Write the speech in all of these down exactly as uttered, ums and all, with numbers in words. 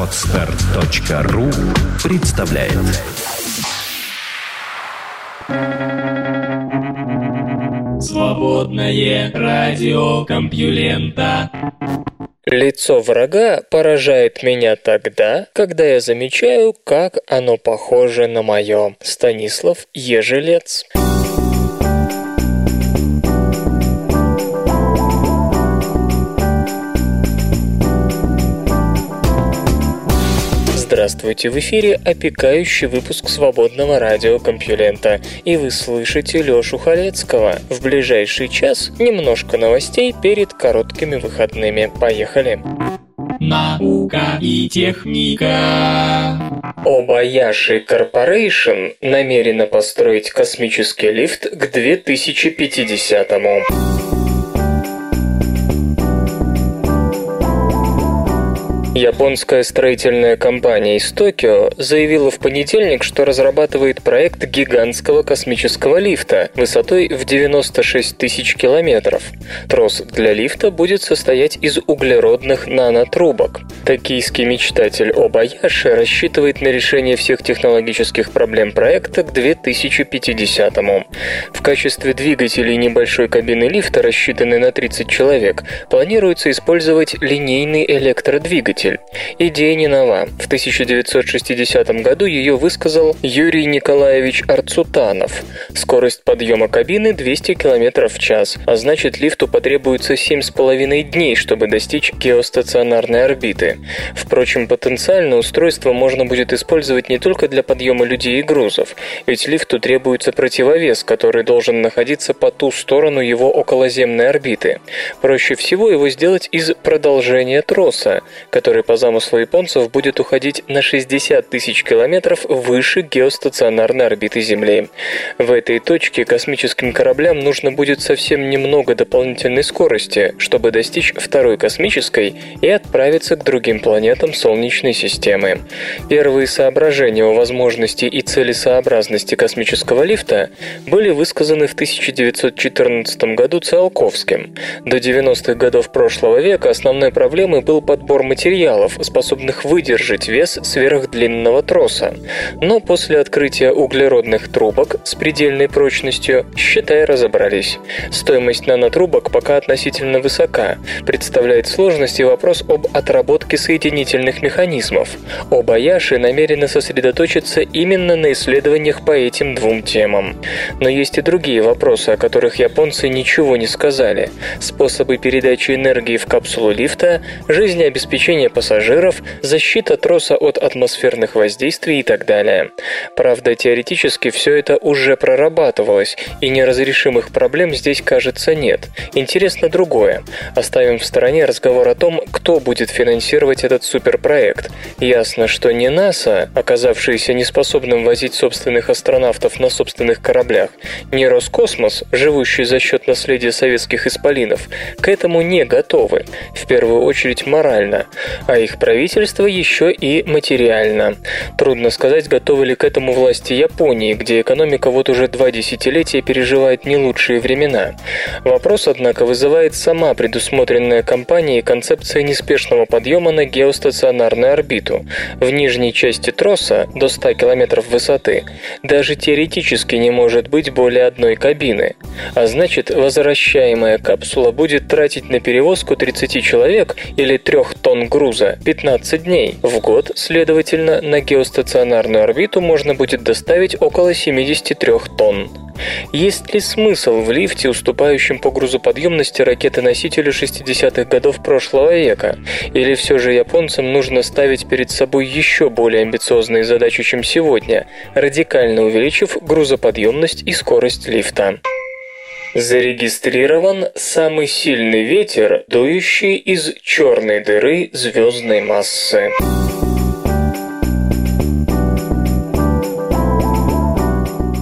Подстер точка ру представляет. Свободное радио Компьюлента. Лицо врага поражает меня тогда, когда я замечаю, как оно похоже на мое. Станислав Ежелец. Здравствуйте, в эфире опекающий выпуск свободного радио Компьюлента, и вы слышите Лёшу Халецкого. В ближайший час немножко новостей перед короткими выходными. Поехали! Наука и техника. Obayashi Corporation намерена построить космический лифт к две тысячи пятидесятому. Японская строительная компания из Токио заявила в понедельник, что разрабатывает проект гигантского космического лифта высотой в девяносто шесть тысяч километров. Трос для лифта будет состоять из углеродных нанотрубок. Токийский мечтатель Obayashi рассчитывает на решение всех технологических проблем проекта к две тысячи пятидесятому. В качестве двигателей небольшой кабины лифта, рассчитанной на тридцать человек, планируется использовать линейный электродвигатель. Идея не нова. В тысяча девятьсот шестидесятом году ее высказал Юрий Николаевич Арцутанов. Скорость подъема кабины двести километров в час, а значит, лифту потребуется семь с половиной дней, чтобы достичь геостационарной орбиты. Впрочем, потенциально устройство можно будет использовать не только для подъема людей и грузов, ведь лифту требуется противовес, который должен находиться по ту сторону его околоземной орбиты. Проще всего его сделать из продолжения троса, который по замыслу японцев будет уходить на шестьдесят тысяч километров выше геостационарной орбиты Земли. В этой точке космическим кораблям нужно будет совсем немного дополнительной скорости, чтобы достичь второй космической и отправиться к другим планетам Солнечной системы. Первые соображения о возможности и целесообразности космического лифта были высказаны в тысяча девятьсот четырнадцатом году Циолковским. До девяностых годов прошлого века основной проблемой был подбор материалов, способных выдержать вес сверхдлинного троса. Но после открытия углеродных трубок с предельной прочностью, считай, разобрались. Стоимость нанотрубок пока относительно высока. Представляет сложность и вопрос об отработке соединительных механизмов. Obayashi намерена сосредоточиться именно на исследованиях по этим двум темам. Но есть и другие вопросы, о которых японцы ничего не сказали. Способы передачи энергии в капсулу лифта, жизнеобеспечение пассажиров, защита троса от атмосферных воздействий и так далее. Правда, теоретически все это уже прорабатывалось, и неразрешимых проблем здесь, кажется, нет. Интересно другое. Оставим в стороне разговор о том, кто будет финансировать этот суперпроект. Ясно, что не НАСА, оказавшийся неспособным возить собственных астронавтов на собственных кораблях, не Роскосмос, живущий за счет наследия советских исполинов, к этому не готовы. В первую очередь морально. А их правительство еще и материально. Трудно сказать, готовы ли к этому власти Японии, где экономика вот уже два десятилетия переживает не лучшие времена. Вопрос, однако, вызывает сама предусмотренная компанией концепция неспешного подъема на геостационарную орбиту. В нижней части троса, до ста километров высоты, даже теоретически не может быть более одной кабины. А значит, возвращаемая капсула будет тратить на перевозку тридцати человек или трёх тонн груза пятнадцать дней. В год, следовательно, на геостационарную орбиту можно будет доставить около семьдесят три тонн. Есть ли смысл в лифте, уступающем по грузоподъемности ракеты-носителю шестидесятых годов прошлого века? Или все же японцам нужно ставить перед собой еще более амбициозные задачи, чем сегодня, радикально увеличив грузоподъемность и скорость лифта? Зарегистрирован самый сильный ветер, дующий из черной дыры звездной массы.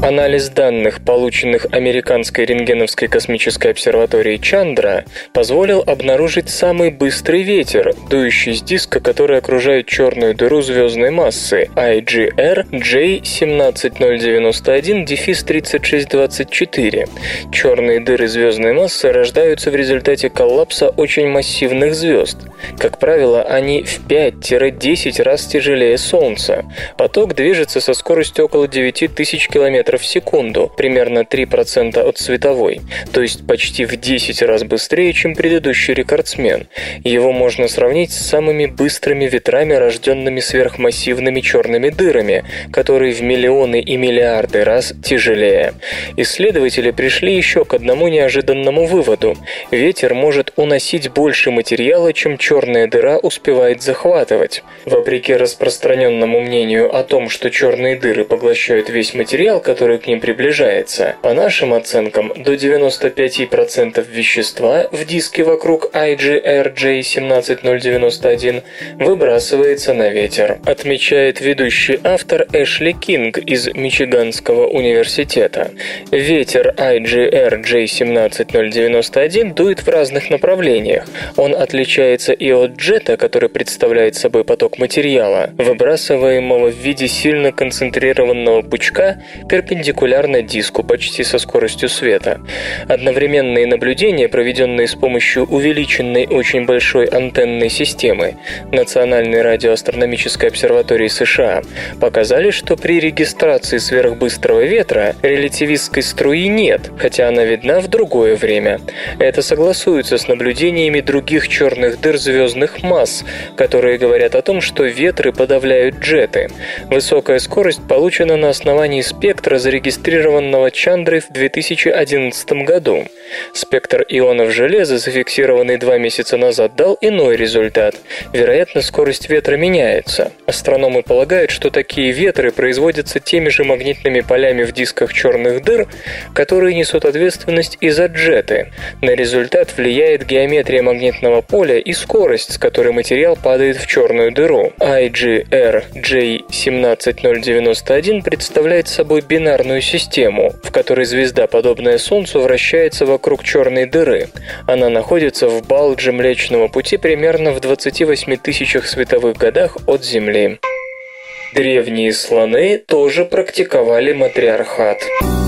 Анализ данных, полученных американской рентгеновской космической обсерваторией Чандра, позволил обнаружить самый быстрый ветер, дующий с диска, который окружает черную дыру звездной массы ай джи эр джей семнадцать ноль девяносто один тридцать шесть двадцать четыре. Черные дыры звездной массы рождаются в результате коллапса очень массивных звезд. Как правило, они в пять-десять раз тяжелее Солнца. Поток движется со скоростью около девять тысяч километров в секунду, примерно три процента от световой, то есть почти в десять раз быстрее, чем предыдущий рекордсмен. Его можно сравнить с самыми быстрыми ветрами, рожденными сверхмассивными черными дырами, которые в миллионы и миллиарды раз тяжелее. Исследователи пришли еще к одному неожиданному выводу. Ветер может уносить больше материала, чем черная дыра успевает захватывать. Вопреки распространенному мнению о том, что черные дыры поглощают весь материал, который к ним приближается, по нашим оценкам, до девяносто пять процентов вещества в диске вокруг ай джи эр джей семнадцать ноль девяносто один выбрасывается на ветер, отмечает ведущий автор Эшли Кинг из Мичиганского университета. Ветер ай джи эр джей семнадцать ноль девяносто один дует в разных направлениях. Он отличается и от джета, который представляет собой поток материала, выбрасываемого в виде сильно концентрированного пучка перпендикулярно диску почти со скоростью света. Одновременные наблюдения, проведенные с помощью увеличенной очень большой антенной системы Национальной радиоастрономической обсерватории США, показали, что при регистрации сверхбыстрого ветра релятивистской струи нет, хотя она видна в другое время. Это согласуется с наблюдениями других черных дыр звездных масс, которые говорят о том, что ветры подавляют джеты. Высокая скорость получена на основании спектра, зарегистрированного Чандрой в две тысячи одиннадцатом году. Спектр ионов железа, зафиксированный два месяца назад, дал иной результат. Вероятно, скорость ветра меняется. Астрономы полагают, что такие ветры производятся теми же магнитными полями в дисках черных дыр, которые несут ответственность и за джеты. На результат влияет геометрия магнитного поля и скорость, с которой материал падает в черную дыру. ай джи эр джей семнадцать ноль девяносто один представляет собой бинарную систему, в которой звезда, подобная Солнцу, вращается вокруг черной дыры. Она находится в балдже Млечного Пути примерно в двадцати восьми тысячах световых годах от Земли. Древние слоны тоже практиковали матриархат.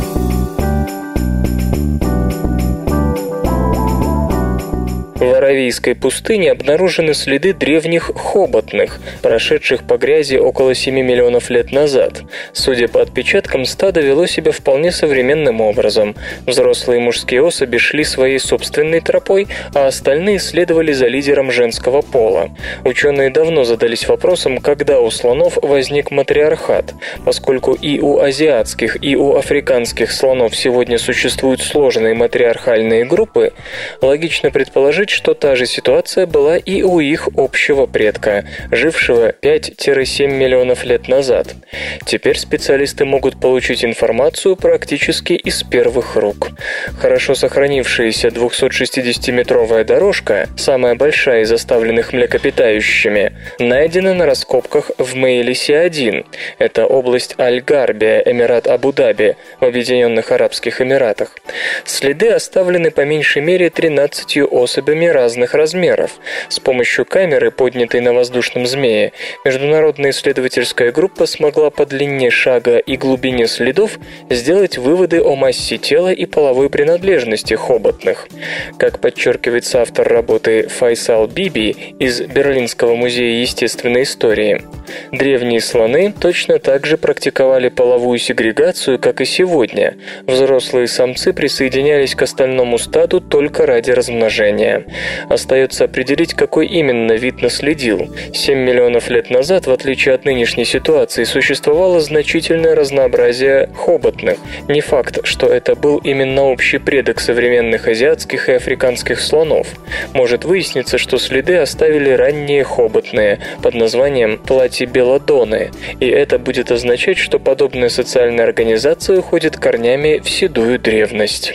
В Аравийской пустыне обнаружены следы древних хоботных, прошедших по грязи около семи миллионов лет назад. Судя по отпечаткам, стадо вело себя вполне современным образом. Взрослые мужские особи шли своей собственной тропой, а остальные следовали за лидером женского пола. Ученые давно задались вопросом, когда у слонов возник матриархат. Поскольку и у азиатских, и у африканских слонов сегодня существуют сложные матриархальные группы, логично предположить, что та же ситуация была и у их общего предка, жившего пять-семь миллионов лет назад. Теперь специалисты могут получить информацию практически из первых рук. Хорошо сохранившаяся двухсотшестидесятиметровая дорожка, самая большая из оставленных млекопитающими, найдена на раскопках в Мейлисе один. Это область Аль-Гарбия, Эмират Абу-Даби, в Объединенных Арабских Эмиратах. Следы оставлены по меньшей мере тринадцатью особями разных размеров. С помощью камеры, поднятой на воздушном змее, международная исследовательская группа смогла по длине шага и глубине следов сделать выводы о массе тела и половой принадлежности хоботных. Как подчеркивается автор работы Файсал Биби из Берлинского музея естественной истории, древние слоны точно так же практиковали половую сегрегацию, как и сегодня. Взрослые самцы присоединялись к остальному стаду только ради размножения. Остается определить, какой именно вид наследил. семь миллионов лет назад, в отличие от нынешней ситуации, существовало значительное разнообразие хоботных. Не факт, что это был именно общий предок современных азиатских и африканских слонов. Может выясниться, что следы оставили ранние хоботные под названием платибелодоны, и это будет означать, что подобная социальная организация уходит корнями в седую древность.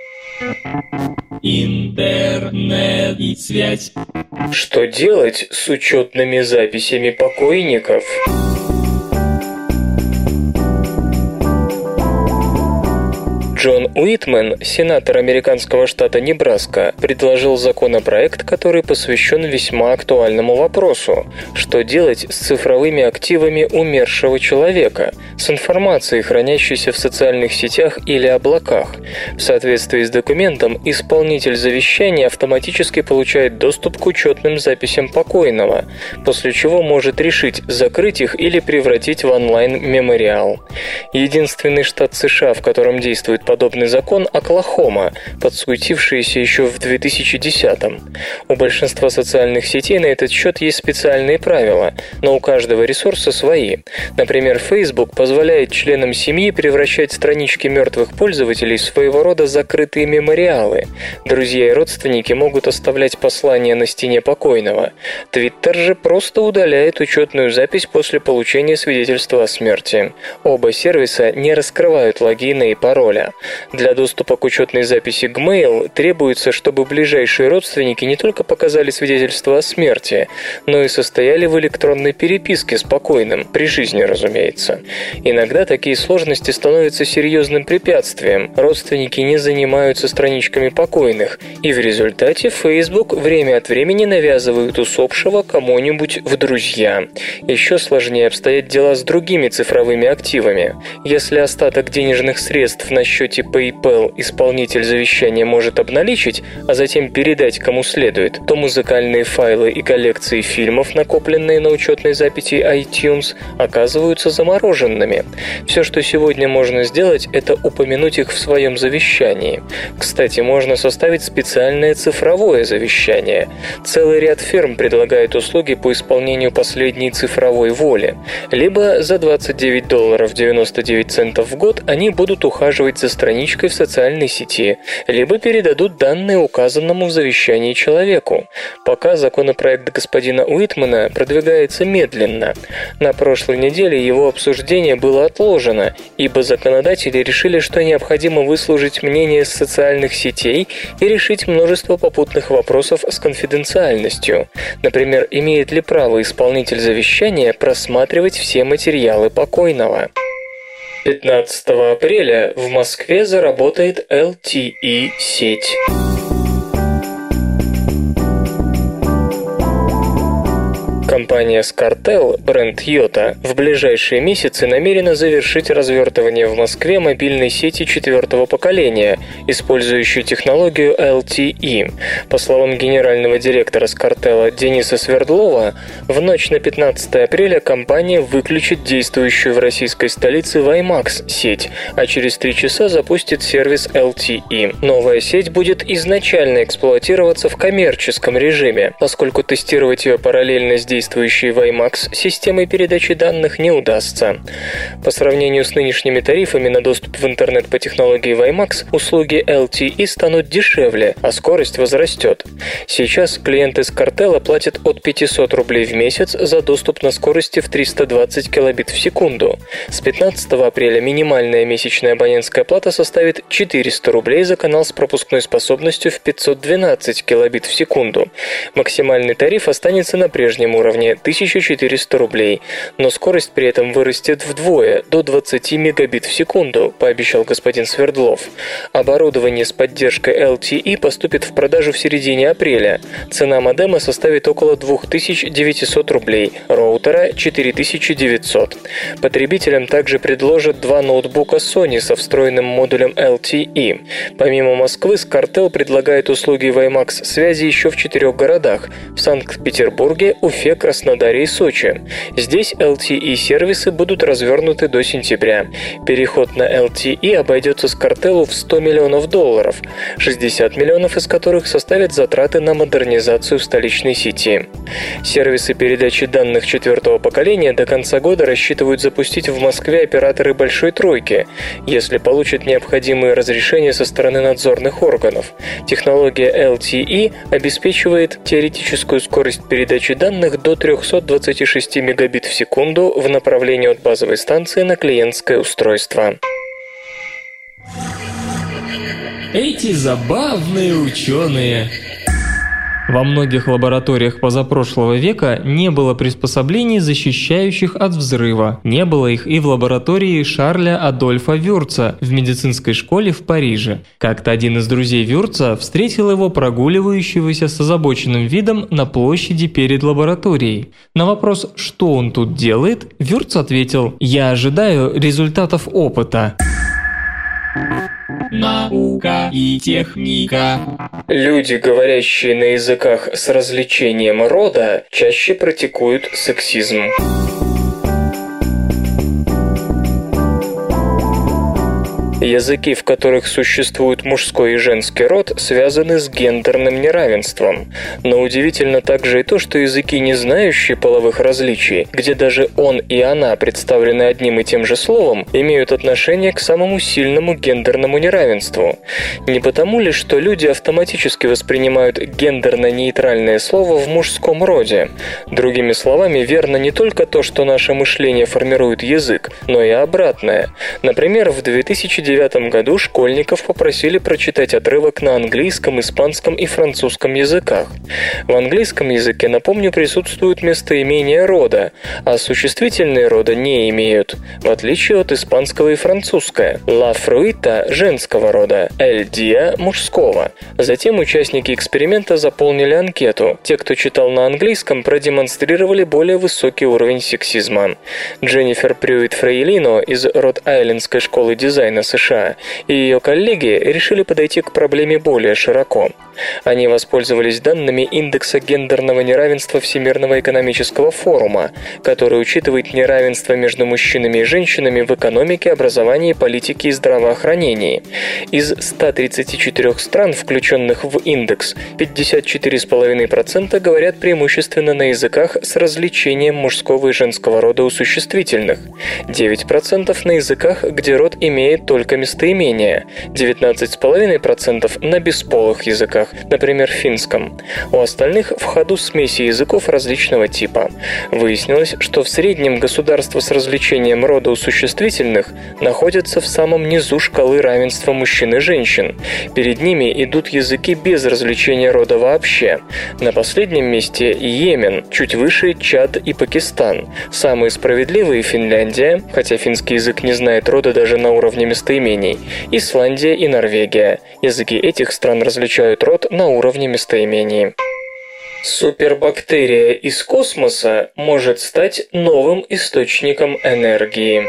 Интернет и связь. Что делать с учетными записями покойников? Джон Уитмен, сенатор американского штата Небраска, предложил законопроект, который посвящен весьма актуальному вопросу: что делать с цифровыми активами умершего человека, с информацией, хранящейся в социальных сетях или облаках. В соответствии с документом, исполнитель завещания автоматически получает доступ к учетным записям покойного, после чего может решить, закрыть их или превратить в онлайн-мемориал. Единственный штат США, в котором действует подобный закон – Оклахома, подсуетившийся еще в две тысячи десятом. У большинства социальных сетей на этот счет есть специальные правила, но у каждого ресурса свои. Например, Facebook позволяет членам семьи превращать странички мертвых пользователей в своего рода закрытые мемориалы. Друзья и родственники могут оставлять послания на стене покойного. Twitter же просто удаляет учетную запись после получения свидетельства о смерти. Оба сервиса не раскрывают логина и пароля. Для доступа к учетной записи Gmail требуется, чтобы ближайшие родственники не только показали свидетельство о смерти, но и состояли в электронной переписке с покойным, при жизни, разумеется. Иногда такие сложности становятся серьезным препятствием. Родственники не занимаются страничками покойных, и в результате Facebook время от времени навязывают усопшего кому-нибудь в друзья. Еще сложнее обстоят дела с другими цифровыми активами. Если остаток денежных средств на счете PayPal исполнитель завещания может обналичить, а затем передать кому следует, то музыкальные файлы и коллекции фильмов, накопленные на учетной записи iTunes, оказываются замороженными. Все, что сегодня можно сделать, это упомянуть их в своем завещании. Кстати, можно составить специальное цифровое завещание. Целый ряд фирм предлагает услуги по исполнению последней цифровой воли. Либо за двадцать девять долларов девяносто девять центов в год они будут ухаживать за страничкой в социальной сети, либо передадут данные указанному в завещании человеку. Пока законопроект господина Уитмена продвигается медленно. На прошлой неделе его обсуждение было отложено, ибо законодатели решили, что необходимо выслушать мнение с социальных сетей и решить множество попутных вопросов с конфиденциальностью. Например, имеет ли право исполнитель завещания просматривать все материалы покойного? пятнадцатого апреля в Москве заработает эл ти и-сеть. Компания Scartel, бренд Yota, в ближайшие месяцы намерена завершить развертывание в Москве мобильной сети четвертого поколения, использующей технологию эл ти и. По словам генерального директора Scartel Дениса Свердлова, в ночь на пятнадцатое апреля компания выключит действующую в российской столице WiMAX сеть, а через три часа запустит сервис эл ти и. Новая сеть будет изначально эксплуатироваться в коммерческом режиме, поскольку тестировать ее параллельно с действующей WiMAX системой передачи данных не удастся. По сравнению с нынешними тарифами на доступ в интернет по технологии WiMAX, услуги эл ти и станут дешевле, а скорость возрастет. Сейчас клиенты Scartel платят от пятьсот рублей в месяц за доступ на скорости в триста двадцать килобит в секунду. С пятнадцатого апреля минимальная месячная абонентская плата составит четыреста рублей за канал с пропускной способностью в пятьсот двенадцать килобит в секунду. Максимальный тариф останется на прежнем уровне тысяча четыреста рублей, но скорость при этом вырастет вдвое, до двадцать мегабит в секунду, пообещал господин Свердлов. Оборудование с поддержкой эл ти и поступит в продажу в середине апреля. Цена модема составит около две тысячи девятьсот рублей, роутера четыре тысячи девятьсот. Потребителям также предложат два ноутбука Sony со встроенным модулем эл ти и. Помимо Москвы, Scartel предлагает услуги WiMAX связи еще в четырех городах – в Санкт-Петербурге, Уфе, Краснодаре и Сочи. Здесь эл ти и-сервисы будут развернуты до сентября. Переход на эл ти и обойдется Scartel в сто миллионов долларов, шестьдесят миллионов из которых составят затраты на модернизацию столичной сети. Сервисы передачи данных четвертого поколения до конца года рассчитывают запустить в Москве операторы «Большой тройки», если получат необходимые разрешения со стороны надзорных органов. Технология эл ти и обеспечивает теоретическую скорость передачи данных до триста двадцать шесть мегабит в секунду в направлении от базовой станции на клиентское устройство. Эти забавные ученые. Во многих лабораториях позапрошлого века не было приспособлений, защищающих от взрыва. Не было их и в лаборатории Шарля Адольфа Вюрца в медицинской школе в Париже. Как-то один из друзей Вюрца встретил его прогуливающегося с озабоченным видом на площади перед лабораторией. На вопрос, что он тут делает, Вюрц ответил: «Я ожидаю результатов опыта». Наука и техника. Люди, говорящие на языках с развлечением рода, чаще практикуют сексизм. Языки, в которых существует мужской и женский род, связаны с гендерным неравенством. Но удивительно также и то, что языки, не знающие половых различий, где даже он и она представлены одним и тем же словом, имеют отношение к самому сильному гендерному неравенству. Не потому ли, что люди автоматически воспринимают гендерно-нейтральное слово в мужском роде? Другими словами, верно не только то, что наше мышление формирует язык, но и обратное. Например, в две тысячи девятом году школьников попросили прочитать отрывок на английском, испанском и французском языках. В английском языке, напомню, присутствуют местоимения рода, а существительные рода не имеют, в отличие от испанского и французского. La fruita – женского рода, el día – мужского. Затем участники эксперимента заполнили анкету. Те, кто читал на английском, продемонстрировали более высокий уровень сексизма. Дженнифер Прюит Фрейлино из Род-Айлендской школы дизайна США и ее коллеги решили подойти к проблеме более широко. Они воспользовались данными индекса гендерного неравенства Всемирного экономического форума, который учитывает неравенство между мужчинами и женщинами в экономике, образовании, политике и здравоохранении. Из ста тридцати четырёх стран, включенных в индекс, пятьдесят четыре целых пять десятых процента говорят преимущественно на языках с различением мужского и женского рода у существительных, девять процентов на языках, где род имеет только местоимение, девятнадцать целых пять десятых процента на бесполых языках, например, финском. У остальных в ходу смеси языков различного типа. Выяснилось, что в среднем государства с развлечением рода у существительных находятся в самом низу шкалы равенства мужчин и женщин. Перед ними идут языки без развлечения рода вообще. На последнем месте Йемен, чуть выше Чад и Пакистан. Самые справедливые Финляндия, хотя финский язык не знает рода даже на уровне местоимений, Исландия и Норвегия. Языки этих стран различают род на уровне местоимений. Супербактерия из космоса может стать новым источником энергии.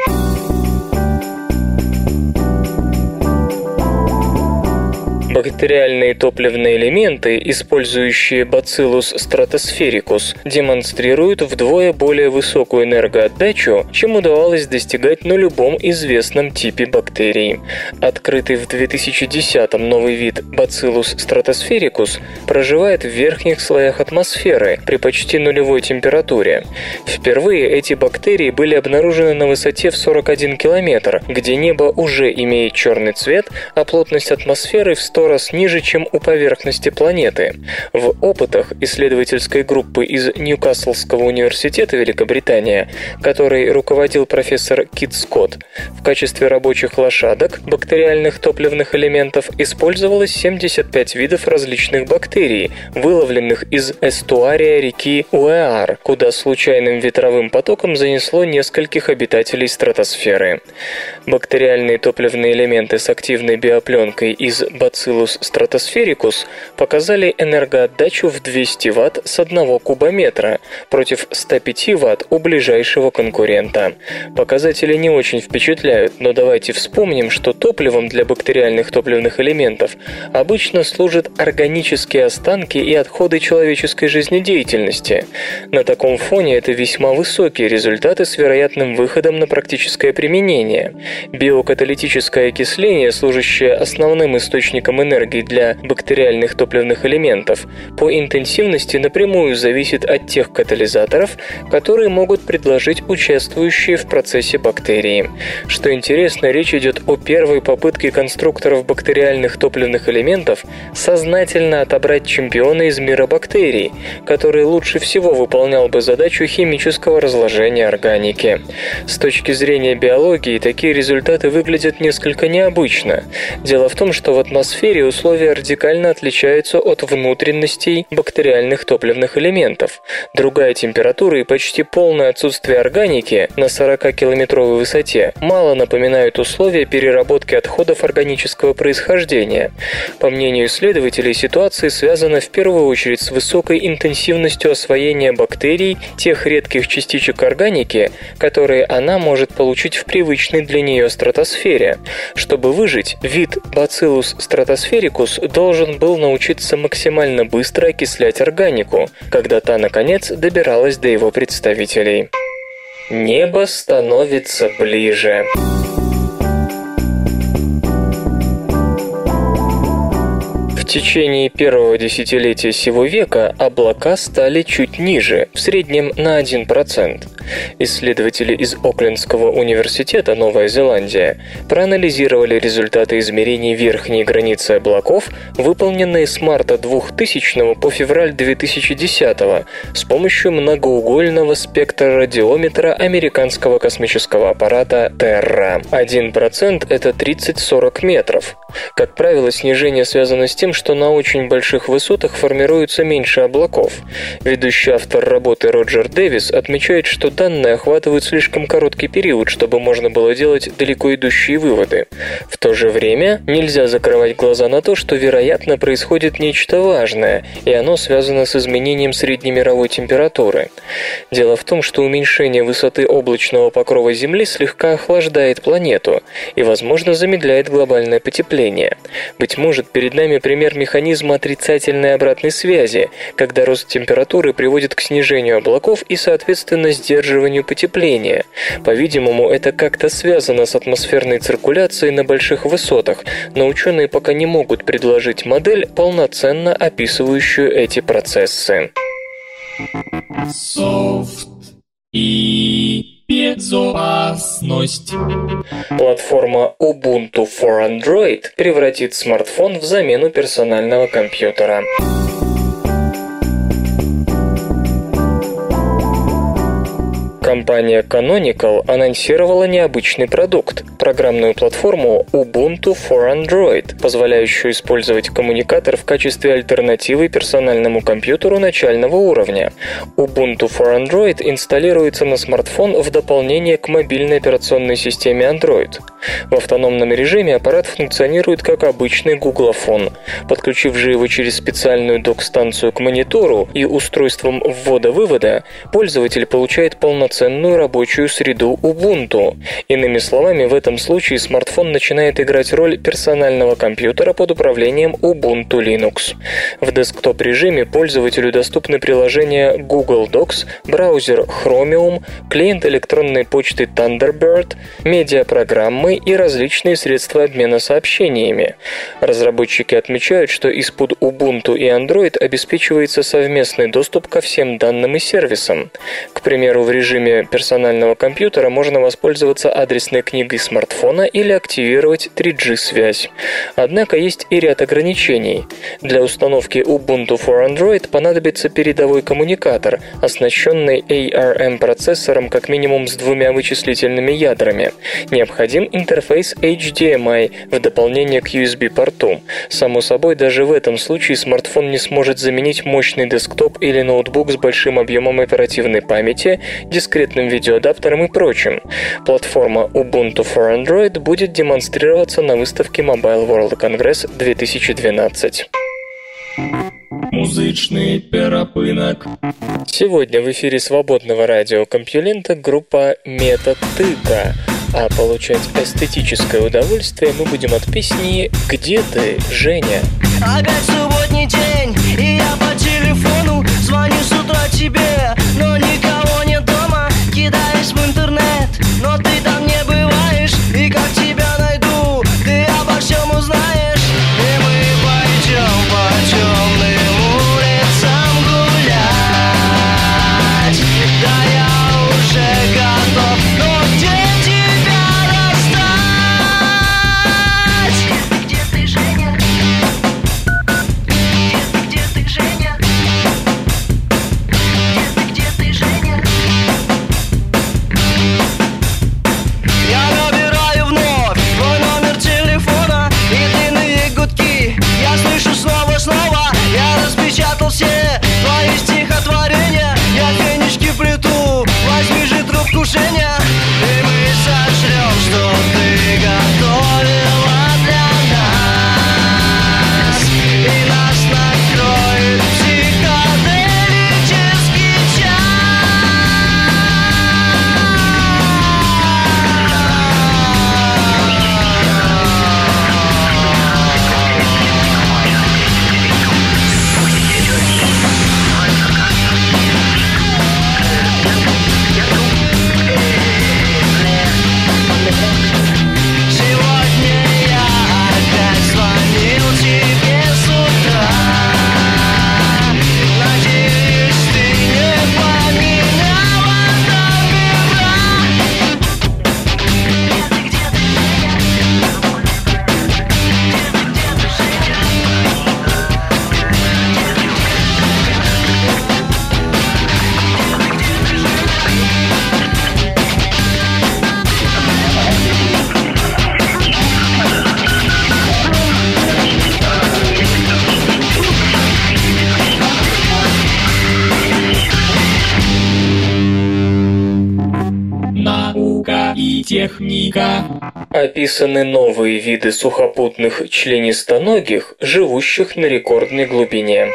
Бактериальные топливные элементы, использующие Bacillus stratosphерicus, демонстрируют вдвое более высокую энергоотдачу, чем удавалось достигать на любом известном типе бактерий. Открытый в две тысячи десятом новый вид Bacillus stratosphерicus проживает в верхних слоях атмосферы при почти нулевой температуре. Впервые эти бактерии были обнаружены на высоте в сорок один километр, где небо уже имеет черный цвет, а плотность атмосферы в сто раз ниже, чем у поверхности планеты. В опытах исследовательской группы из Ньюкаслского университета Великобритания, которой руководил профессор Кит Скотт, в качестве рабочих лошадок бактериальных топливных элементов использовалось семьдесят пять видов различных бактерий, выловленных из эстуария реки Уэар, куда случайным ветровым потоком занесло нескольких обитателей стратосферы. Бактериальные топливные элементы с активной биопленкой из Bacillus stratosphерicus показали энергоотдачу в двести ватт с одного кубометра против ста пяти ватт у ближайшего конкурента. Показатели не очень впечатляют, но давайте вспомним, что топливом для бактериальных топливных элементов обычно служат органические останки и отходы человеческой жизнедеятельности. На таком фоне это весьма высокие результаты с вероятным выходом на практическое применение. Биокаталитическое окисление, служащее основным источником энергии для бактериальных топливных элементов, по интенсивности напрямую зависит от тех катализаторов, которые могут предложить участвующие в процессе бактерии. Что интересно, речь идет о первой попытке конструкторов бактериальных топливных элементов сознательно отобрать чемпиона из мира бактерий, который лучше всего выполнял бы задачу химического разложения органики. С точки зрения биологии, такие результаты выглядят несколько необычно. Дело в том, что в атмосфере стратосфере условия радикально отличаются от внутренностей бактериальных топливных элементов. Другая температура и почти полное отсутствие органики на сорокакилометровой высоте мало напоминают условия переработки отходов органического происхождения. По мнению исследователей, ситуация связана в первую очередь с высокой интенсивностью освоения бактерий тех редких частичек органики, которые она может получить в привычной для нее стратосфере. Чтобы выжить, вид Bacillus stratosphericus должен был научиться максимально быстро окислять органику, когда та, наконец, добиралась до его представителей. Небо становится ближе. В течение первого десятилетия сего века облака стали чуть ниже, в среднем на один процент. Исследователи из Оклендского университета, Новая Зеландия, проанализировали результаты измерений верхней границы облаков, выполненные с марта двухтысячного по февраль две тысячи десятого с помощью многоугольного спектрорадиометра американского космического аппарата Terra. один процент – это тридцать-сорок метров. Как правило, снижение связано с тем, что на очень больших высотах формируется меньше облаков. Ведущий автор работы Роджер Дэвис отмечает, что данные охватывают слишком короткий период, чтобы можно было делать далеко идущие выводы. В то же время нельзя закрывать глаза на то, что, вероятно, происходит нечто важное, и оно связано с изменением среднемировой температуры. Дело в том, что уменьшение высоты облачного покрова Земли слегка охлаждает планету и, возможно, замедляет глобальное потепление. Быть может, перед нами пример механизма отрицательной обратной связи, когда рост температуры приводит к снижению облаков и, соответственно, сдерживанию потепления. По-видимому, это как-то связано с атмосферной циркуляцией на больших высотах, но ученые пока не могут предложить модель, полноценно описывающую эти процессы. Софт и безопасность. Платформа Ubuntu for Android превратит смартфон в замену персонального компьютера. Компания Canonical анонсировала необычный продукт – программную платформу Ubuntu for Android, позволяющую использовать коммуникатор в качестве альтернативы персональному компьютеру начального уровня. Ubuntu for Android инсталируется на смартфон в дополнение к мобильной операционной системе Android. В автономном режиме аппарат функционирует как обычный гуглофон. Подключив же его через специальную док-станцию к монитору и устройством ввода-вывода, пользователь получает полноценную рабочую среду Ubuntu. Иными словами, в этом случае смартфон начинает играть роль персонального компьютера под управлением Ubuntu Linux. В десктоп-режиме пользователю доступны приложения Google Docs, браузер Chromium, клиент электронной почты Thunderbird, медиапрограммы и различные средства обмена сообщениями. Разработчики отмечают, что из-под Ubuntu и Android обеспечивается совместный доступ ко всем данным и сервисам. К примеру, в режиме персонального компьютера можно воспользоваться адресной книгой смартфона или активировать три джи связь. Однако есть и ряд ограничений. Для установки Ubuntu for Android понадобится передовой коммуникатор, оснащенный эй ар эм-процессором как минимум с двумя вычислительными ядрами. Необходим интерфейс эйч ди эм ай в дополнение к ю эс би-порту. Само собой, даже в этом случае смартфон не сможет заменить мощный десктоп или ноутбук с большим объемом оперативной памяти, дискретным видеоадаптером и прочим. Платформа Ubuntu for Android будет демонстрироваться на выставке Mobile World Congress две тысячи двенадцать. Музычный перапынок. Сегодня в эфире свободного радиокомпьюлента группа Метатыка. А получать эстетическое удовольствие мы будем от песни «Где ты, Женя?». Опять субботний день, и я по телефону звоню с утра тебе, но никого нет дома, кидаюсь в интернет, но ты там не бываешь, и как тебя найду, ты обо всем узнаешь, и мы пойдем по темным улицам гулять, да я уже готов, но где тебя достать? Где ты, Женя? Где ты, Женя? Где ты, Женя? Я набираю вновь твой номер телефона, и длинные гудки и техника. Описаны новые виды сухопутных членистоногих, живущих на рекордной глубине.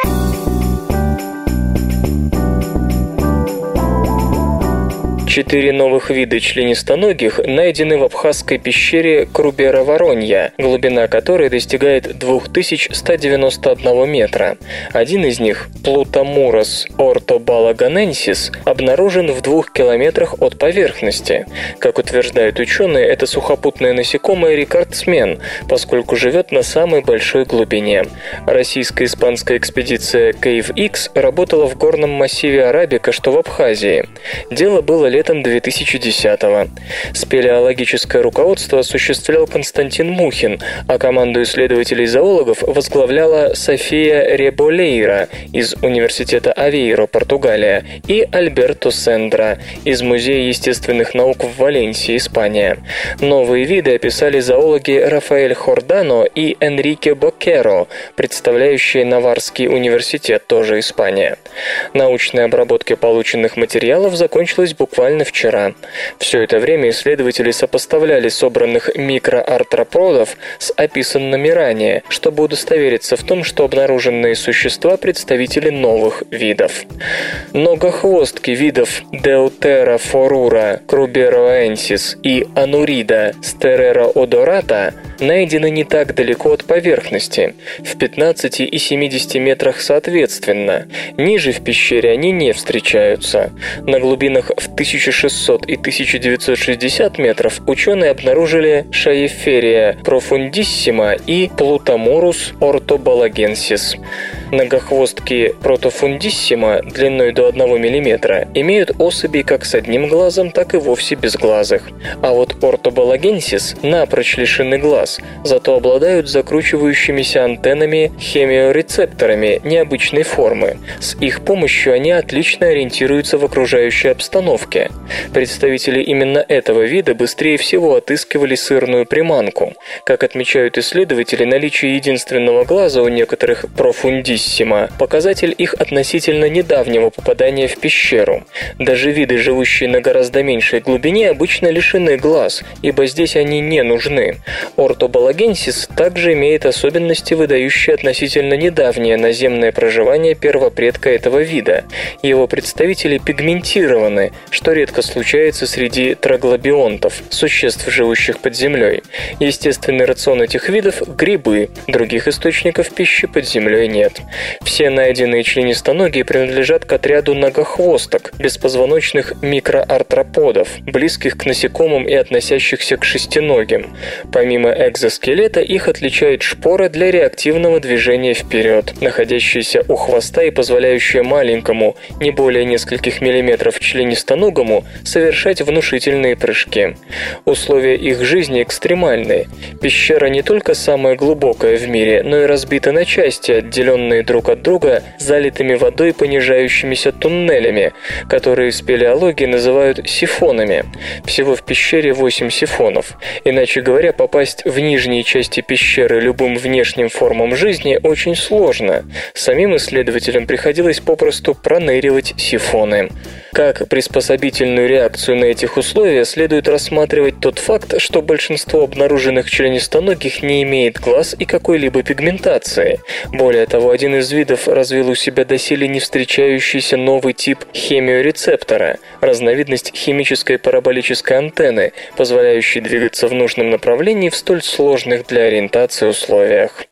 Четыре новых вида членистоногих найдены в абхазской пещере Крубера-Воронья, глубина которой достигает две тысячи сто девяносто один метра. Один из них, Плутамурос ортобалагоненсис, обнаружен в двух километрах от поверхности. Как утверждают ученые, это сухопутное насекомое рекордсмен, поскольку живет на самой большой глубине. Российско-испанская экспедиция Cave X работала в горном массиве Арабика, что в Абхазии. Дело было летом две тысячи десятого. Спелеологическое руководство осуществлял Константин Мухин, а команду исследователей-зоологов возглавляла София Реболейра из Университета Авейро, Португалия, и Альберто Сендра из Музея естественных наук в Валенсии, Испания. Новые виды описали зоологи Рафаэль Хордано и Энрике Боккеро, представляющие Наварский университет, тоже Испания. Научная обработка полученных материалов закончилась буквально вчера. Все это время исследователи сопоставляли собранных микроартроподов с описанными ранее, чтобы удостовериться в том, что обнаруженные существа – представители новых видов. Многохвостки видов Deutera forura cruberoensis и Anurida sterero-odorata найдены не так далеко от поверхности, в пятнадцати и семидесяти метрах соответственно. Ниже в пещере они не встречаются. На глубинах в тысяча шестьсот и тысяча девятьсот шестьдесят метров ученые обнаружили Шаеферия profundissiма и Плутамурус ортобалагенсис. Многохвостки протофундиссима длиной до одного миллиметра имеют особей как с одним глазом, так и вовсе безглазых. А вот ортобалагенсис напрочь лишены глаз, зато обладают закручивающимися антеннами хемиорецепторами необычной формы. С их помощью они отлично ориентируются в окружающей обстановке. Представители именно этого вида быстрее всего отыскивали сырную приманку. Как отмечают исследователи, наличие единственного глаза у некоторых профундиссима – показатель их относительно недавнего попадания в пещеру. Даже виды, живущие на гораздо меньшей глубине, обычно лишены глаз, ибо здесь они не нужны. Ортобалагенсис также имеет особенности, выдающие относительно недавнее наземное проживание первопредка этого вида. Его представители пигментированы, что редко случается среди троглобионтов, существ, живущих под землей. Естественный рацион этих видов – грибы, других источников пищи под землей нет. Все найденные членистоногие принадлежат к отряду многохвосток, беспозвоночных микроартроподов, близких к насекомым и относящихся к шестиногим. Помимо экзоскелета, их отличает шпора для реактивного движения вперед, находящаяся у хвоста и позволяющая маленькому, не более нескольких миллиметров членистоногому, совершать внушительные прыжки. Условия их жизни экстремальные. Пещера не только самая глубокая в мире, но и разбита на части, отделенные друг от друга залитыми водой понижающимися туннелями, которые в спелеологии называют сифонами. Всего в пещере восемь сифонов. Иначе говоря, попасть в нижние части пещеры любым внешним формам жизни очень сложно. Самим исследователям приходилось попросту проныривать сифоны. Как приспособительную реакцию на этих условия следует рассматривать тот факт, что большинство обнаруженных членистоногих не имеет глаз и какой-либо пигментации. Более того, один из видов развил у себя доселе не встречающийся новый тип хемиорецептора, разновидность химической параболической антенны, позволяющей двигаться в нужном направлении в столь сложных для ориентации условиях.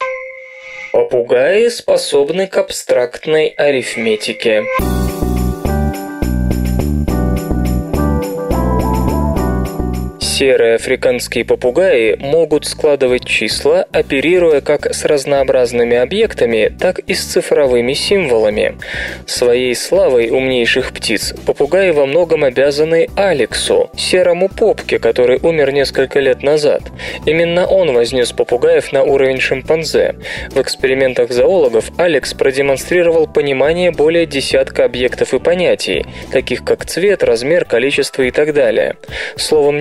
Попугаи способны к абстрактной арифметике. Серые африканские попугаи могут складывать числа, оперируя как с разнообразными объектами, так и с цифровыми символами. Своей славой умнейших птиц попугаи во многом обязаны Алексу, серому попке, который умер несколько лет назад. Именно он вознес попугаев на уровень шимпанзе. В экспериментах зоологов Алекс продемонстрировал понимание более десятка объектов и понятий, таких как цвет, размер, количество и так далее. Словом, не будет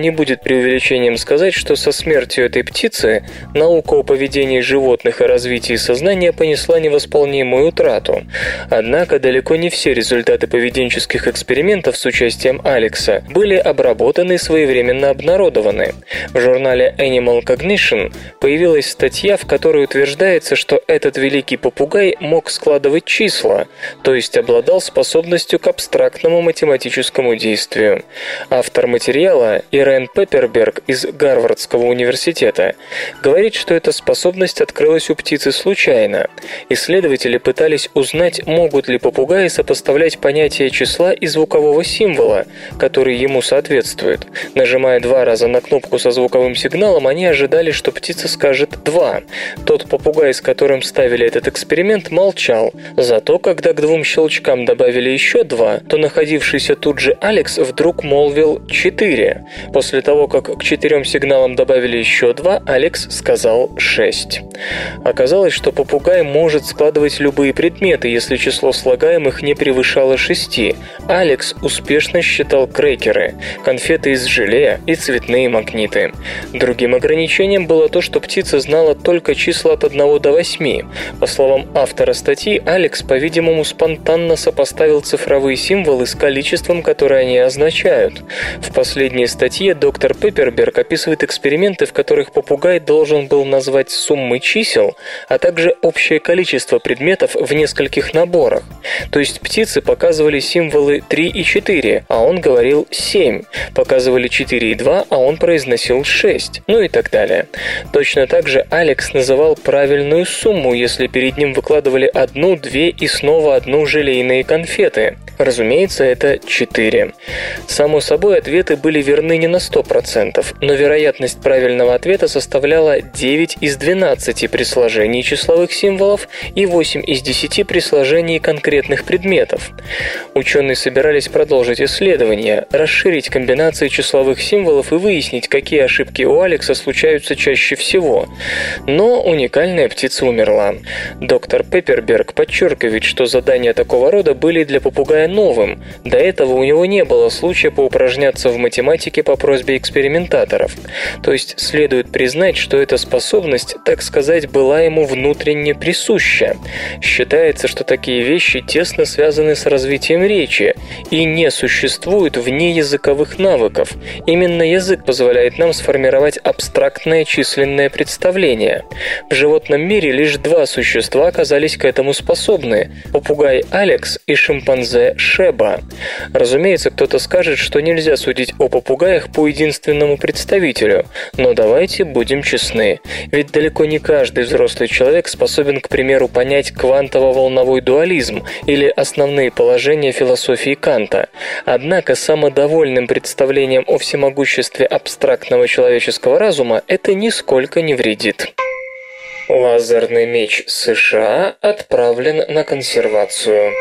преувеличением сказать, что со смертью этой птицы наука о поведении животных и развитии сознания понесла невосполнимую утрату. Однако далеко не все результаты поведенческих экспериментов с участием Алекса были обработаны и своевременно обнародованы. В журнале Animal Cognition появилась статья, в которой утверждается, что этот великий попугай мог складывать числа, то есть обладал способностью к абстрактному математическому действию. Автор материала, Ирен Пепперберг из Гарвардского университета, говорит, что эта способность открылась у птицы случайно. Исследователи пытались узнать, могут ли попугаи сопоставлять понятие числа и звукового символа, который ему соответствует. Нажимая два раза на кнопку со звуковым сигналом, они ожидали, что птица скажет «два». Тот попугай, с которым ставили этот эксперимент, молчал. Зато, когда к двум щелчкам добавили еще два, то находившийся тут же Алекс вдруг молвил «четыре». После того, как к четырем сигналам добавили еще два, Алекс сказал «шесть». Оказалось, что попугай может складывать любые предметы, если число слагаемых не превышало шести. Алекс успешно считал крекеры, конфеты из желе и цветные магниты. Другим ограничением было то, что птица знала только числа от одного до восьми. По словам автора статьи, Алекс, по-видимому, спонтанно сопоставил цифровые символы с количеством, которое они означают. В последней статье доктор Пепперберг описывает эксперименты, в которых попугай должен был назвать суммы чисел, а также общее количество предметов в нескольких наборах. То есть птицы показывали символы три и четыре, а он говорил семь. Показывали четыре и два, а он произносил шесть. Ну и так далее. Точно так же Алекс называл правильную сумму, если перед ним выкладывали одну, две и снова одну желейные конфеты. Разумеется, это четыре. Само собой, ответы были верны не на сто процентов, но вероятность правильного ответа составляла девять из двенадцати при сложении числовых символов и восемь из десяти при сложении конкретных предметов. Ученые собирались продолжить исследования, расширить комбинации числовых символов и выяснить, какие ошибки у Алекса случаются чаще всего. Но уникальная птица умерла. Доктор Пепперберг подчеркивает, что задания такого рода были для попугая новым. До этого у него не было случая поупражняться в математике по просьбе экспериментаторов. То есть следует признать, что эта способность, так сказать, была ему внутренне присуща. Считается, что такие вещи тесно связаны с развитием речи и не существуют вне языковых навыков. Именно язык позволяет нам сформировать абстрактное численное представление. В животном мире лишь два существа оказались к этому способны – попугай Алекс и шимпанзе Шеба. Разумеется, кто-то скажет, что нельзя судить о попугаях по единственному представителю, но давайте будем честны. Ведь далеко не каждый взрослый человек способен, к примеру, понять квантово-волновой дуализм или основные положения философии Канта. Однако самодовольным представлением о всемогуществе абстрактного человеческого разума это нисколько не вредит. Лазерный меч США отправлен на консервацию.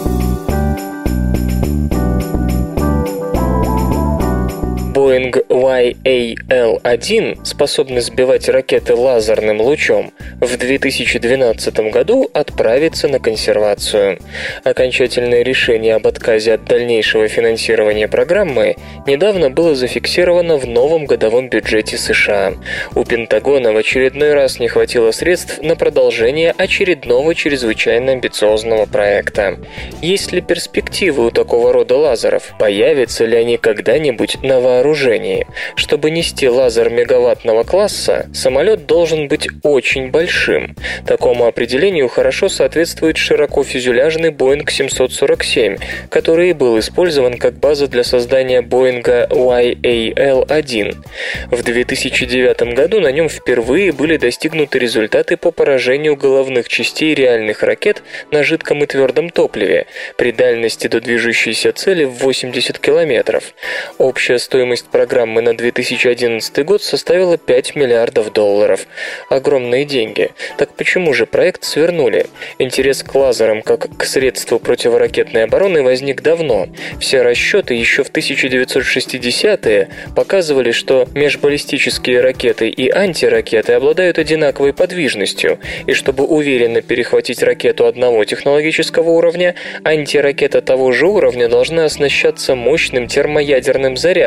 Boeing уай эй эл один, способный сбивать ракеты лазерным лучом, в две тысячи двенадцатом году отправится на консервацию. Окончательное решение об отказе от дальнейшего финансирования программы недавно было зафиксировано в новом годовом бюджете США. У Пентагона в очередной раз не хватило средств на продолжение очередного чрезвычайно амбициозного проекта. Есть ли перспективы у такого рода лазеров? Появятся ли они когда-нибудь на вооружении? Чтобы нести лазер мегаваттного класса, самолет должен быть очень большим. Такому определению хорошо соответствует широкофюзеляжный Boeing семьсот сорок семь, который и был использован как база для создания Boeing уай эй эл один. В две тысячи девятом году на нем впервые были достигнуты результаты по поражению головных частей реальных ракет на жидком и твердом топливе при дальности до движущейся цели в восемьдесят километров. Общая стоимость программы на две тысячи одиннадцатый год составила пять миллиардов долларов. Огромные деньги. Так почему же проект свернули? Интерес к лазерам как к средству противоракетной обороны возник давно. Все расчеты еще в тысяча девятьсот шестидесятые показывали, что межбаллистические ракеты и антиракеты обладают одинаковой подвижностью, и чтобы уверенно перехватить ракету одного технологического уровня, антиракета того же уровня должна оснащаться мощным термоядерным зарядом.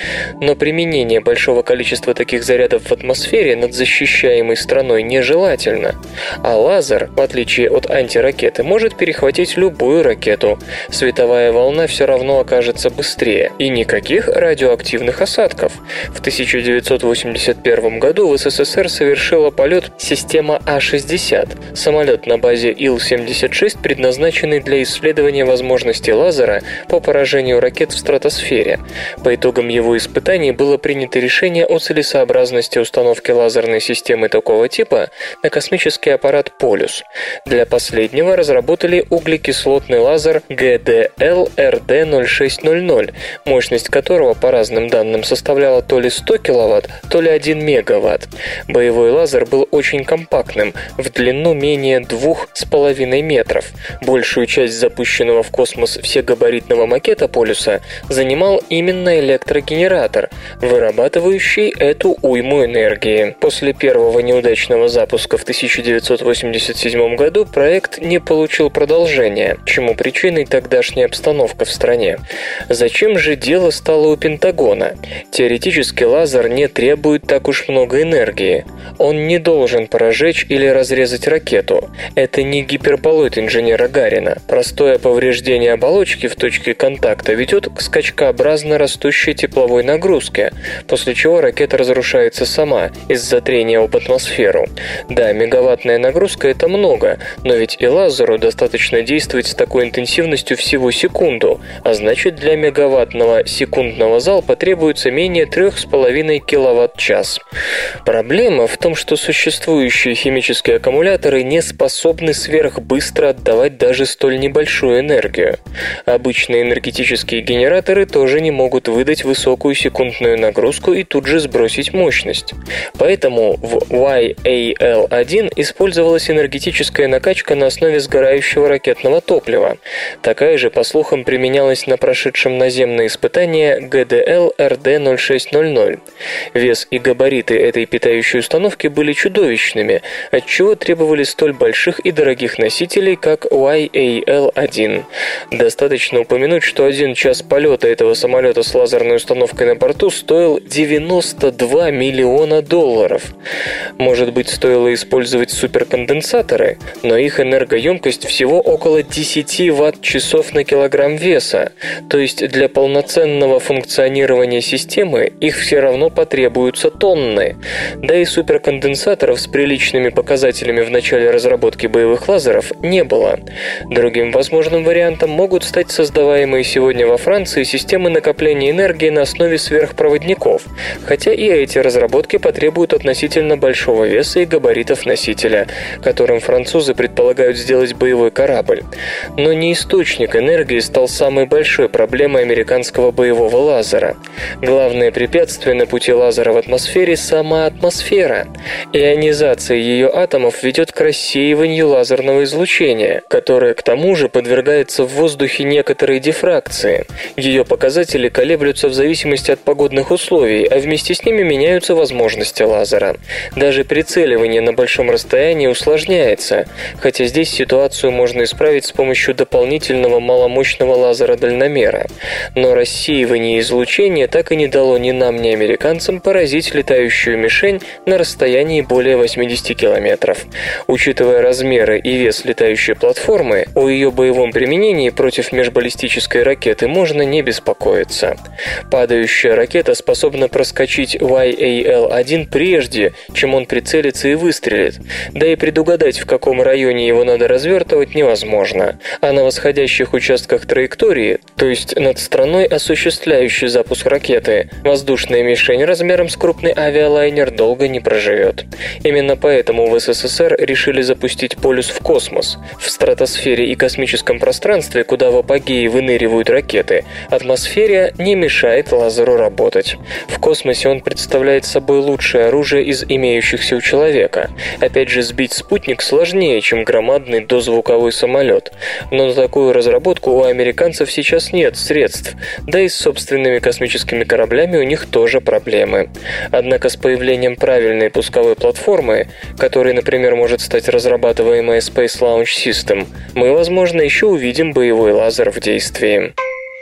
Но применение большого количества таких зарядов в атмосфере над защищаемой страной нежелательно. А лазер, в отличие от антиракеты, может перехватить любую ракету. Световая волна все равно окажется быстрее. И никаких радиоактивных осадков. В тысяча девятьсот восемьдесят первом году в СССР совершила полет система А шестьдесят, самолет на базе Ил семьдесят шесть, предназначенный для исследования возможностей лазера по поражению ракет в стратосфере. По итогам его испытаний было принято решение о целесообразности установки лазерной системы такого типа на космический аппарат «Полюс». Для последнего разработали углекислотный лазер Гэ Дэ Эл Эр Дэ ноль шесть ноль ноль, мощность которого, по разным данным, составляла то ли сто киловатт, то ли один мегаватт. Боевой лазер был очень компактным, в длину менее двух с половиной метров. Большую часть запущенного в космос всегабаритного макета «Полюса» занимал именно электрогенератор, вырабатывающий эту уйму энергии. После первого неудачного запуска в тысяча девятьсот восемьдесят седьмом году проект не получил продолжения, чему причиной тогдашняя обстановка в стране. Зачем же дело стало у Пентагона? Теоретически лазер не требует так уж много энергии. Он не должен прожечь или разрезать ракету. Это не гиперболоид инженера Гарина. Простое повреждение оболочки в точке контакта ведет к скачкообразно растущей тепловой нагрузке, после чего ракета разрушается сама из-за трения об атмосферу. Да, мегаваттная нагрузка – это много, но ведь и лазеру достаточно действовать с такой интенсивностью всего секунду, а значит для мегаваттного секундного залпа требуется менее трех с половиной киловатт-час. Проблема в том, что существующие химические аккумуляторы не способны сверхбыстро отдавать даже столь небольшую энергию. Обычные энергетические генераторы тоже не могут выдать высокую секундную нагрузку и тут же сбросить мощность. Поэтому в уай эй эл один использовалась энергетическая накачка на основе сгорающего ракетного топлива. Такая же, по слухам, применялась на прошедшем наземное испытание Гэ Дэ Эл Эр Дэ ноль шесть ноль ноль. Вес и габариты этой питающей установки были чудовищными, отчего требовали столь больших и дорогих носителей, как уай эй эл один. Достаточно упомянуть, что один час полета этого самолета с лазерной установкой на борту стоил девяносто два миллиона долларов. Может быть, стоило использовать суперконденсаторы, но их энергоемкость всего около десять ватт-часов на килограмм веса, то есть для полноценного функционирования системы их все равно потребуются тонны. Да и суперконденсаторов с приличными показателями в начале разработки боевых лазеров не было. Другим возможным вариантом могут стать создаваемые сегодня во Франции системы накопления энергии на основе сверхпроводников, хотя и эти разработки потребуют относительно большого веса и габаритов носителя, которым французы предполагают сделать боевой корабль. Но не источник энергии стал самой большой проблемой американского боевого лазера. Главное препятствие на пути лазера в атмосфере – сама атмосфера. Ионизация ее атомов ведет к рассеиванию лазерного излучения, которое к тому же подвергается в воздухе некоторой дифракции. Ее показатели колеблются в зависимости от погодных условий, а вместе с ними меняются возможности лазера. Даже прицеливание на большом расстоянии усложняется, хотя здесь ситуацию можно исправить с помощью дополнительного маломощного лазера-дальномера. Но рассеивание излучения так и не дало ни нам, ни американцам поразить летающую мишень на расстоянии более восемьдесят километров. Учитывая размеры и вес летающей платформы, о ее боевом применении против межбаллистической ракеты можно не беспокоиться. Падающая ракета способна проскочить уай эй эл один прежде, чем он прицелится и выстрелит, да и предугадать, в каком районе его надо развертывать, невозможно. А на восходящих участках траектории, то есть над страной, осуществляющей запуск ракеты, воздушная мишень размером с крупный авиалайнер долго не проживет. Именно поэтому в эс эс эс эр решили запустить «Полюс» в космос. В стратосфере и космическом пространстве, куда в апогее выныривают ракеты, атмосфера не мешает лазеру работать. В космосе он представляет собой лучшее оружие из имеющихся у человека. Опять же, сбить спутник сложнее, чем громадный дозвуковой самолет. Но на такую разработку у американцев сейчас нет средств, да и с собственными космическими кораблями у них тоже проблемы. Однако с появлением правильной пусковой платформы, которой, например, может стать разрабатываемая Space Launch System, мы, возможно, еще увидим боевой лазер в действии.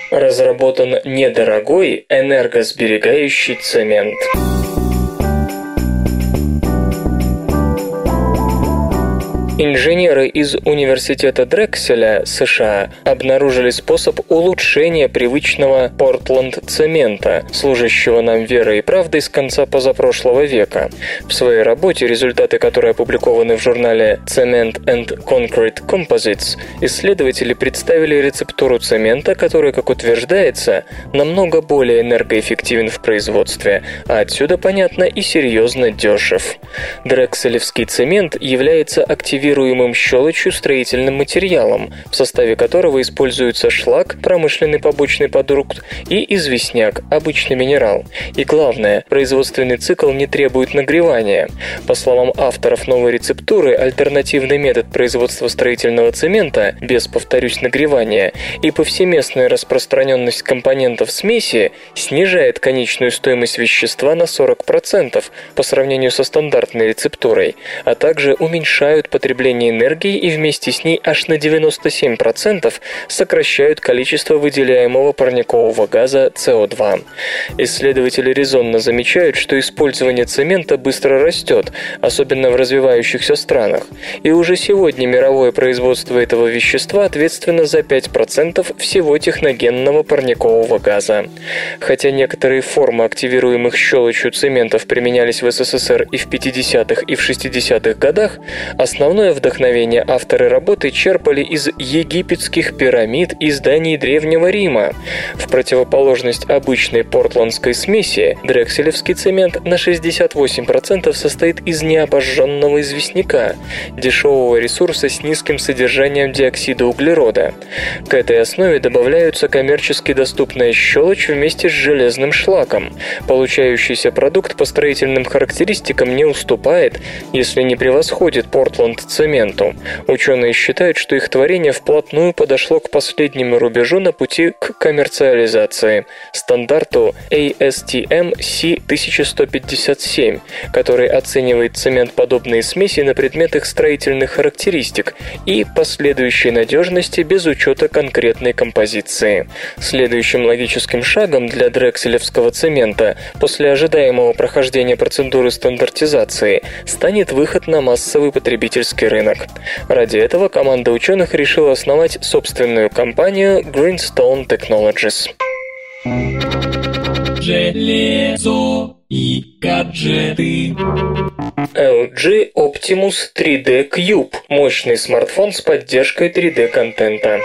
Разработан недорогой энергосберегающий цемент. Инженеры из Университета Дрекселя, США, обнаружили способ улучшения привычного Портленд-цемента, служащего нам верой и правдой с конца позапрошлого века. В своей работе, результаты которой опубликованы в журнале Cement and Concrete Composites, исследователи представили рецептуру цемента, который, как утверждается, намного более энергоэффективен в производстве, а отсюда, понятно, и серьезно дешев. Дрекселевский цемент является активированным щелочью строительным материалом, в составе которого используется шлак, промышленный побочный продукт, и известняк, обычный минерал. И главное, производственный цикл не требует нагревания. По словам авторов новой рецептуры, альтернативный метод производства строительного цемента, без, повторюсь, нагревания, и повсеместная распространенность компонентов смеси снижает конечную стоимость вещества на сорок процентов по сравнению со стандартной рецептурой, а также уменьшают потребление энергии и вместе с ней аж на девяносто семь процентов сокращают количество выделяемого парникового газа С О два. Исследователи резонно замечают, что использование цемента быстро растет, особенно в развивающихся странах, и уже сегодня мировое производство этого вещества ответственно за пять процентов всего техногенного парникового газа. Хотя некоторые формы активируемых щелочью цементов применялись в С С С Р и в пятидесятых и в шестидесятых годах, основное вдохновение авторы работы черпали из египетских пирамид и зданий Древнего Рима. В противоположность обычной портландской смеси, дрекселевский цемент на шестьдесят восемь процентов состоит из необожженного известняка, дешевого ресурса с низким содержанием диоксида углерода. К этой основе добавляются коммерчески доступная щелочь вместе с железным шлаком. Получающийся продукт по строительным характеристикам не уступает, если не превосходит Портланд-цементу. Ученые считают, что их творение вплотную подошло к последнему рубежу на пути к коммерциализации – стандарту А С Т М С тысяча сто пятьдесят семь, который оценивает цемент-подобные смеси на предмет их строительных характеристик и последующей надежности без учета конкретной композиции. Следующим логическим шагом для дрекселевского цемента после ожидаемого прохождения процедуры стандартизации станет выход на массовый потребительский рынок. Ради этого команда ученых решила основать собственную компанию Greenstone Technologies. Железо и гаджеты. эл джи Optimus три дэ Cube – мощный смартфон с поддержкой три дэ-контента.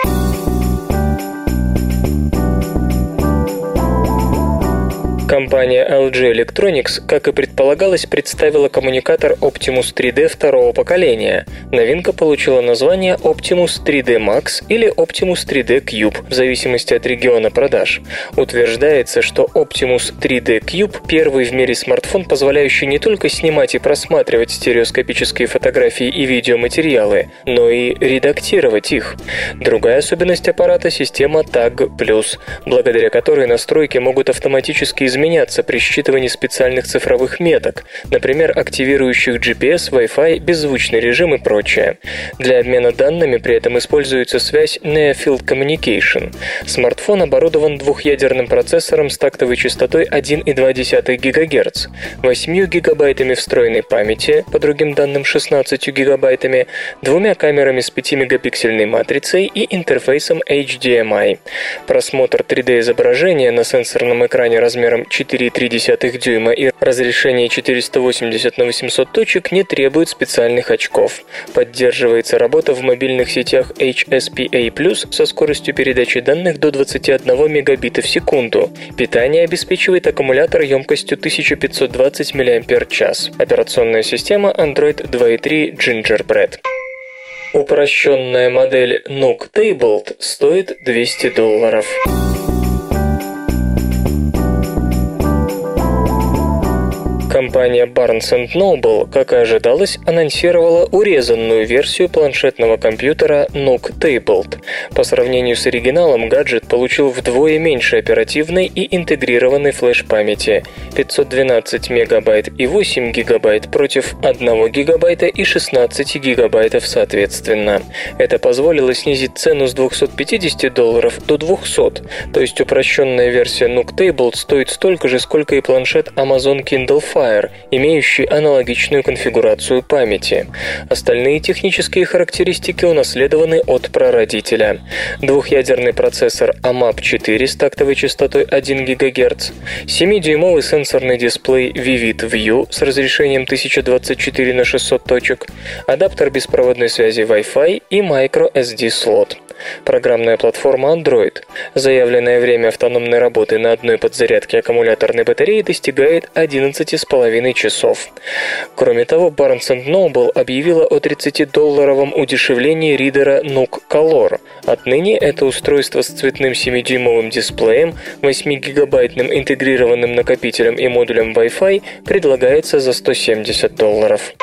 Компания эл джи Electronics, как и предполагалось, представила коммуникатор Optimus три дэ второго поколения. Новинка получила название Optimus три дэ Max или Optimus три дэ Cube, в зависимости от региона продаж. Утверждается, что Optimus три дэ Cube – первый в мире смартфон, позволяющий не только снимать и просматривать стереоскопические фотографии и видеоматериалы, но и редактировать их. Другая особенность аппарата – система Tag Plus, благодаря которой настройки могут автоматически изменяться меняться при считывании специальных цифровых меток, например, активирующих джи пи эс, Wi-Fi, беззвучный режим и прочее. Для обмена данными при этом используется связь Near Field Communication. Смартфон оборудован двухъядерным процессором с тактовой частотой один целых две десятых гигагерца, восемью гигабайтами встроенной памяти, по другим данным шестнадцатью гигабайтами, двумя камерами с пятимегапиксельной матрицей и интерфейсом эйч ди эм ай. Просмотр три дэ-изображения на сенсорном экране размером четыре целых три десятых дюйма и разрешение четыреста восемьдесят на восемьсот точек не требует специальных очков. Поддерживается работа в мобильных сетях эйч эс пи эй плюс со скоростью передачи данных до двадцать один мегабита в секунду. Питание обеспечивает аккумулятор емкостью тысяча пятьсот двадцать мАч. Операционная система Android два и три Gingerbread. Упрощенная модель Nook Tablet стоит двести долларов. Компания Компания Barnes энд Noble, как и ожидалось, анонсировала урезанную версию планшетного компьютера Nook Tablet. По сравнению с оригиналом, гаджет получил вдвое меньше оперативной и интегрированной флеш-памяти – пятьсот двенадцать мегабайт и восемь гигабайт против один гигабайта и шестнадцать гигабайтов соответственно. Это позволило снизить цену с двухсот пятидесяти долларов до двухсот, то есть упрощенная версия Nook Tablet стоит столько же, сколько и планшет Amazon Kindle Fire, имеющий аналогичную конфигурацию памяти. Остальные технические характеристики унаследованы от прародителя. Двухъядерный процессор эй эм эй пи четыре с тактовой частотой один гигагерц, семидюймовый сенсорный дисплей Vivid View с разрешением тысяча двадцать четыре на шестьсот точек, адаптер беспроводной связи Wi-Fi и microSD слот. Программная платформа Android. Заявленное время автономной работы на одной подзарядке аккумуляторной батареи достигает одиннадцать с половиной часов. Кроме того, Barnes энд Noble объявила о тридцатидолларовом удешевлении ридера Nook Color. Отныне это устройство с цветным семидюймовым дисплеем, восьмигигабайтным интегрированным накопителем и модулем Wi-Fi предлагается за сто семьдесят долларов.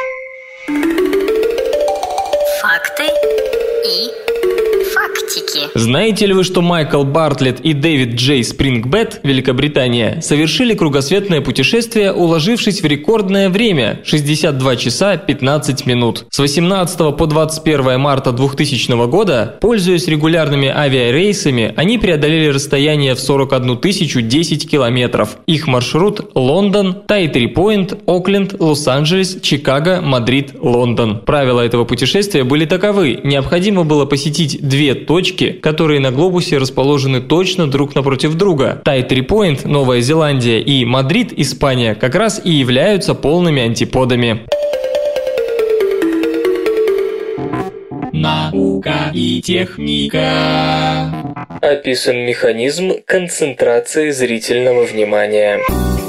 Факты и фактики. Знаете ли вы, что Майкл Бартлетт и Дэвид Джей Спрингбет, Великобритания, совершили кругосветное путешествие, уложившись в рекордное время – шестьдесят два часа пятнадцать минут. С восемнадцатого по двадцать первое марта двухтысячного года, пользуясь регулярными авиарейсами, они преодолели расстояние в сорок одну тысячу десять километров. Их маршрут – Лондон, Тай-Три-Пойнт, Окленд, Лос-Анджелес, Чикаго, Мадрид, Лондон. Правила этого путешествия были таковы: необходимо было посетить две точки, которые на глобусе расположены точно друг напротив друга. Тай-Три-Пойнт, Новая Зеландия, и Мадрид, Испания, как раз и являются полными антиподами. Наука и техника. Описан механизм концентрации зрительного внимания.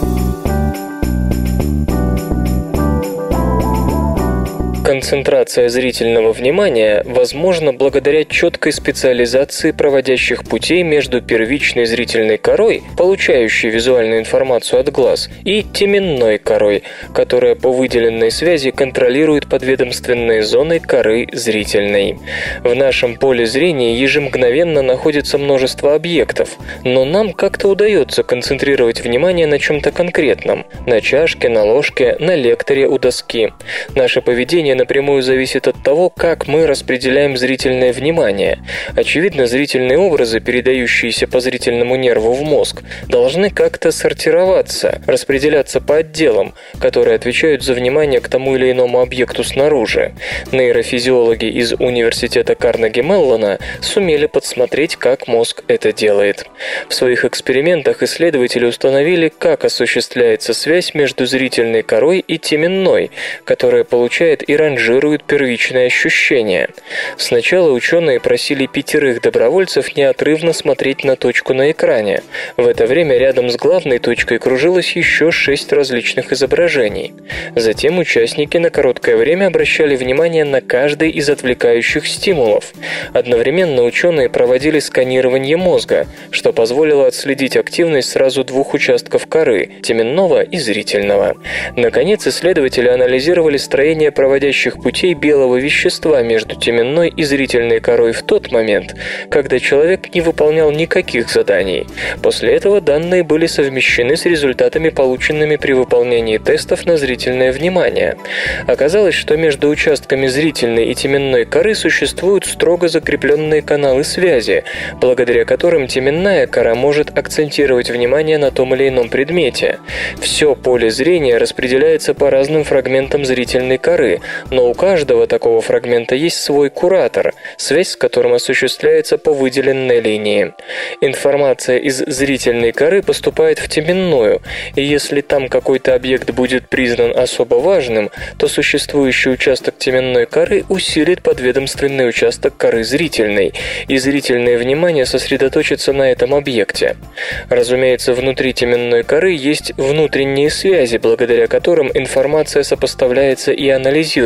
Концентрация зрительного внимания возможна благодаря четкой специализации проводящих путей между первичной зрительной корой, получающей визуальную информацию от глаз, и теменной корой, которая по выделенной связи контролирует подведомственные зоны коры зрительной. В нашем поле зрения ежемгновенно находится множество объектов, но нам как-то удается концентрировать внимание на чем-то конкретном – на чашке, на ложке, на лекторе у доски. Наше поведение напрямую зависит от того, как мы распределяем зрительное внимание. Очевидно, зрительные образы, передающиеся по зрительному нерву в мозг, должны как-то сортироваться, распределяться по отделам, которые отвечают за внимание к тому или иному объекту снаружи. Нейрофизиологи из университета Карнеги-Меллона сумели подсмотреть, как мозг это делает. В своих экспериментах исследователи установили, как осуществляется связь между зрительной корой и теменной, которая получает и ранжирует первичные ощущения. Сначала ученые просили пятерых добровольцев неотрывно смотреть на точку на экране. В это время рядом с главной точкой кружилось еще шесть различных изображений. Затем участники на короткое время обращали внимание на каждый из отвлекающих стимулов. Одновременно ученые проводили сканирование мозга, что позволило отследить активность сразу двух участков коры – теменного и зрительного. Наконец, исследователи анализировали строение проводящих путей белого вещества между теменной и зрительной корой в тот момент, когда человек не выполнял никаких заданий. После этого данные были совмещены с результатами, полученными при выполнении тестов на зрительное внимание. Оказалось, что между участками зрительной и теменной коры существуют строго закрепленные каналы связи, благодаря которым теменная кора может акцентировать внимание на том или ином предмете. Все поле зрения распределяется по разным фрагментам зрительной коры, но у каждого такого фрагмента есть свой куратор, связь с которым осуществляется по выделенной линии. Информация из зрительной коры поступает в теменную, и если там какой-то объект будет признан особо важным, то существующий участок теменной коры усилит подведомственный участок коры зрительной, и зрительное внимание сосредоточится на этом объекте. Разумеется, внутри теменной коры есть внутренние связи, благодаря которым информация сопоставляется и анализируется.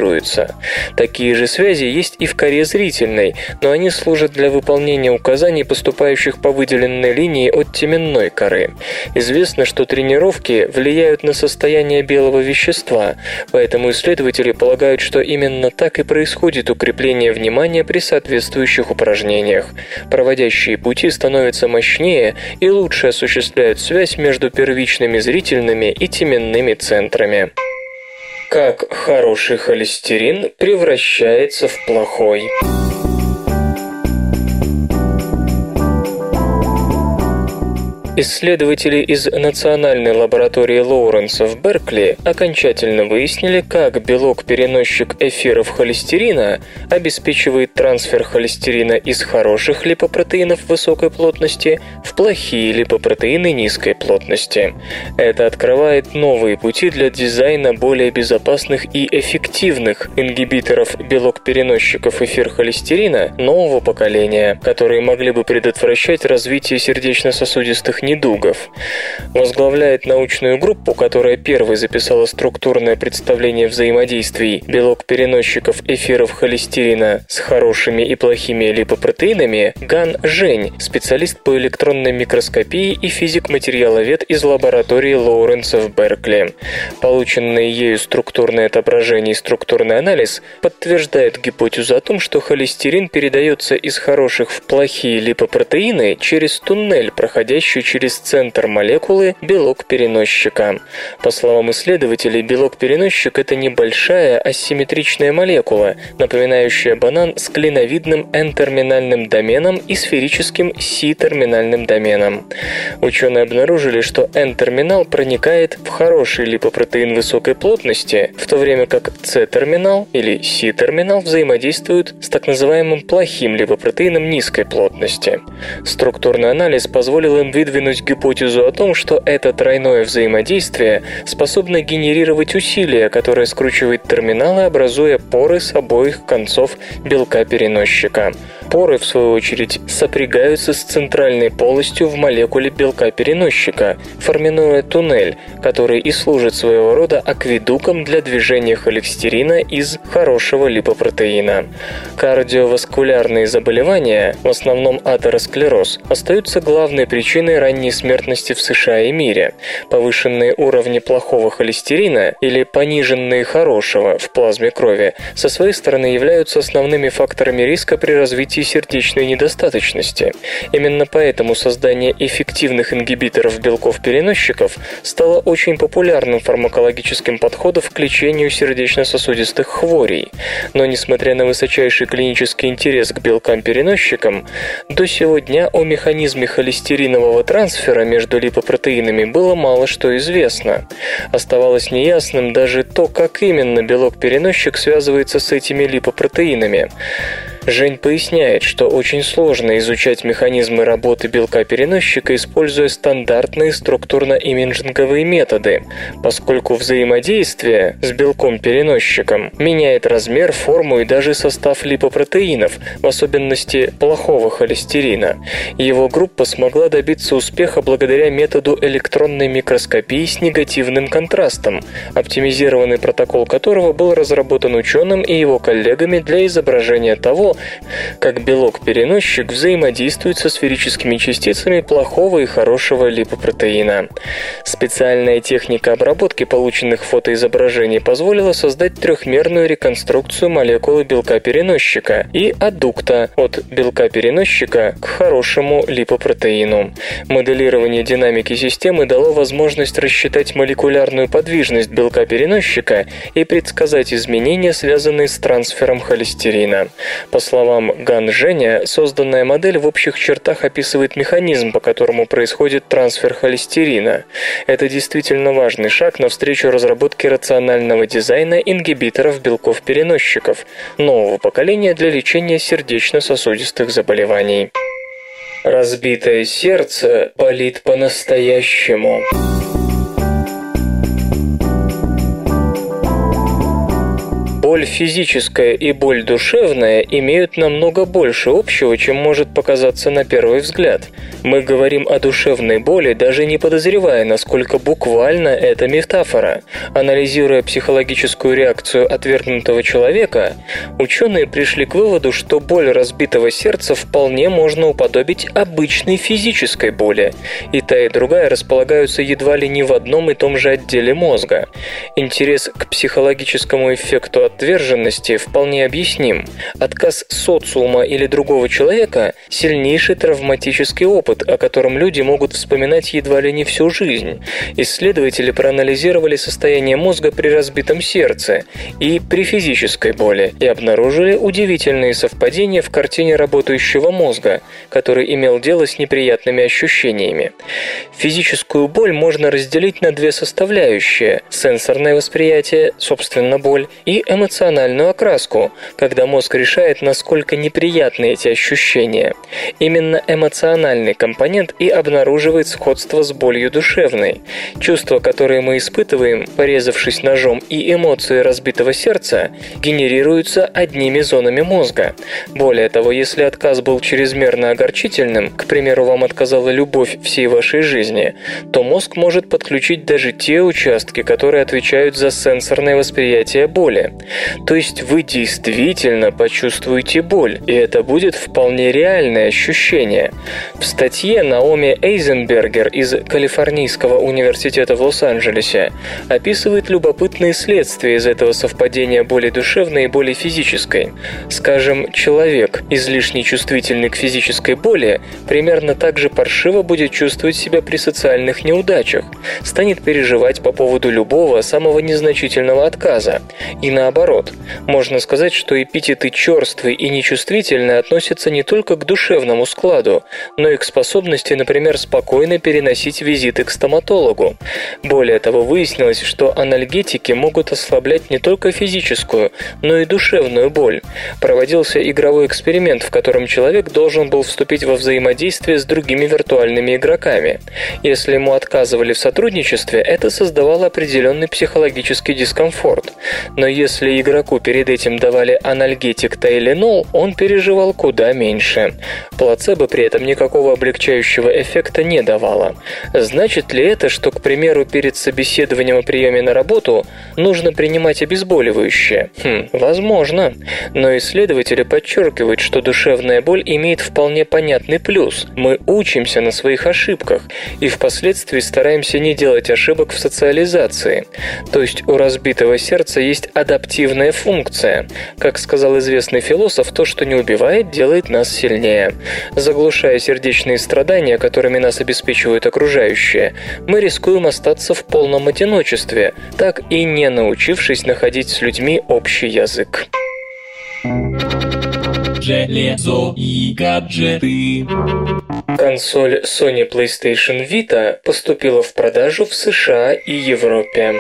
инициируются. Такие же связи есть и в коре зрительной, но они служат для выполнения указаний, поступающих по выделенной линии от теменной коры. Известно, что тренировки влияют на состояние белого вещества, поэтому исследователи полагают, что именно так и происходит укрепление внимания при соответствующих упражнениях. Проводящие пути становятся мощнее и лучше осуществляют связь между первичными зрительными и теменными центрами. Как хороший холестерин превращается в плохой. Исследователи из Национальной лаборатории Лоуренса в Беркли окончательно выяснили, как белок-переносчик эфиров холестерина обеспечивает трансфер холестерина из хороших липопротеинов высокой плотности в плохие липопротеины низкой плотности. Это открывает новые пути для дизайна более безопасных и эффективных ингибиторов белок-переносчиков эфир холестерина нового поколения, которые могли бы предотвращать развитие сердечно-сосудистых недугов. Возглавляет научную группу, которая первой записала структурное представление взаимодействий белок-переносчиков эфиров холестерина с хорошими и плохими липопротеинами, Ган Жень, специалист по электронной микроскопии и физик-материаловед из лаборатории Лоуренса в Беркли. Полученное ею структурное отображение и структурный анализ подтверждает гипотезу о том, что холестерин передается из хороших в плохие липопротеины через туннель, проходящий через через центр молекулы белок-переносчика. По словам исследователей, белок-переносчик – это небольшая асимметричная молекула, напоминающая банан с клиновидным N-терминальным доменом и сферическим C-терминальным доменом. Ученые обнаружили, что N-терминал проникает в хороший липопротеин высокой плотности, в то время как C-терминал или C-терминал взаимодействуют с так называемым плохим липопротеином низкой плотности. Структурный анализ позволил им выдвинуть гипотезу о том, что это тройное взаимодействие способно генерировать усилие, которое скручивает терминалы, образуя поры с обоих концов белка-переносчика. Поры, в свою очередь, сопрягаются с центральной полостью в молекуле белка-переносчика, формируя туннель, который и служит своего рода акведуком для движения холестерина из хорошего липопротеина. Кардиоваскулярные заболевания, в основном атеросклероз, остаются главной причиной ранней смертности в США и мире. Повышенные уровни плохого холестерина или пониженные хорошего в плазме крови со своей стороны являются основными факторами риска при развитии сердечной недостаточности. Именно поэтому создание эффективных ингибиторов белков-переносчиков стало очень популярным фармакологическим подходом к лечению сердечно-сосудистых хворей. Но несмотря на высочайший клинический интерес к белкам-переносчикам, до сего дня о механизме холестеринового трансфера между липопротеинами было мало что известно. Оставалось неясным даже то, как именно белок-переносчик связывается с этими липопротеинами. Жень поясняет, что очень сложно изучать механизмы работы белка-переносчика, используя стандартные структурно-имиджинговые методы, поскольку взаимодействие с белком-переносчиком меняет размер, форму и даже состав липопротеинов, в особенности плохого холестерина. Его группа смогла добиться успеха благодаря методу электронной микроскопии с негативным контрастом, оптимизированный протокол которого был разработан ученым и его коллегами для изображения того, как белок-переносчик взаимодействует со сферическими частицами плохого и хорошего липопротеина. Специальная техника обработки полученных фотоизображений позволила создать трехмерную реконструкцию молекулы белка-переносчика и аддукта от белка-переносчика к хорошему липопротеину. Моделирование динамики системы дало возможность рассчитать молекулярную подвижность белка-переносчика и предсказать изменения, связанные с трансфером холестерина. По словам Ган Женя, созданная модель в общих чертах описывает механизм, по которому происходит трансфер холестерина. Это действительно важный шаг навстречу разработке рационального дизайна ингибиторов белков-переносчиков нового поколения для лечения сердечно-сосудистых заболеваний. Разбитое сердце болит по-настоящему. Боль боль физическая и боль душевная имеют намного больше общего, чем может показаться на первый взгляд. Мы говорим о душевной боли, даже не подозревая, насколько буквально это метафора. Анализируя психологическую реакцию отвергнутого человека, ученые пришли к выводу, что боль разбитого сердца вполне можно уподобить обычной физической боли, и та и другая располагаются едва ли не в одном и том же отделе мозга. Интерес к психологическому эффекту отверженности вполне объясним. Отказ социума или другого человека – сильнейший травматический опыт, о котором люди могут вспоминать едва ли не всю жизнь. Исследователи проанализировали состояние мозга при разбитом сердце и при физической боли и обнаружили удивительные совпадения в картине работающего мозга, который имел дело с неприятными ощущениями. Физическую боль можно разделить на две составляющие – сенсорное восприятие, собственно боль, и эмоциональную окраску, когда мозг решает, насколько неприятны эти ощущения. Именно эмоциональный компонент и обнаруживает сходство с болью душевной. Чувства, которые мы испытываем, порезавшись ножом, и эмоции разбитого сердца, генерируются одними зонами мозга. Более того, если отказ был чрезмерно огорчительным, к примеру, вам отказала любовь всей вашей жизни, то мозг может подключить даже те участки, которые отвечают за сенсорное восприятие боли. То есть вы действительно почувствуете боль, и это будет вполне реальное ощущение. В статье Наоми Эйзенбергер из Калифорнийского университета в Лос-Анджелесе описывает любопытные следствия из этого совпадения боли душевной и боли физической. Скажем, человек, излишне чувствительный к физической боли, примерно так же паршиво будет чувствовать себя при социальных неудачах, станет переживать по поводу любого самого незначительного отказа. И наоборот, можно сказать, что эпитеты «черствый» и «нечувствительный» относятся не только к душевному складу, но и к способности, например, спокойно переносить визиты к стоматологу. Более того, выяснилось, что анальгетики могут ослаблять не только физическую, но и душевную боль. Проводился игровой эксперимент, в котором человек должен был вступить во взаимодействие с другими виртуальными игроками. Если ему отказывали в сотрудничестве, это создавало определенный психологический дискомфорт. Но если игроку перед этим давали анальгетик Тайленол, он переживал куда меньше. Плацебо при этом никакого облегчающего эффекта не давало. Значит ли это, что, к примеру, перед собеседованием о приеме на работу нужно принимать обезболивающее? Хм, возможно. Но исследователи подчеркивают, что душевная боль имеет вполне понятный плюс. Мы учимся на своих ошибках и впоследствии стараемся не делать ошибок в социализации. То есть у разбитого сердца есть адаптивная функция. Как сказал известный философ, то, что не убивает, делает нас сильнее. Заглушая сердечные страдания, которыми нас обеспечивают окружающие, мы рискуем остаться в полном одиночестве, так и не научившись находить с людьми общий язык. Железо и гаджеты. Консоль Sony PlayStation Vita поступила в продажу в США и Европе.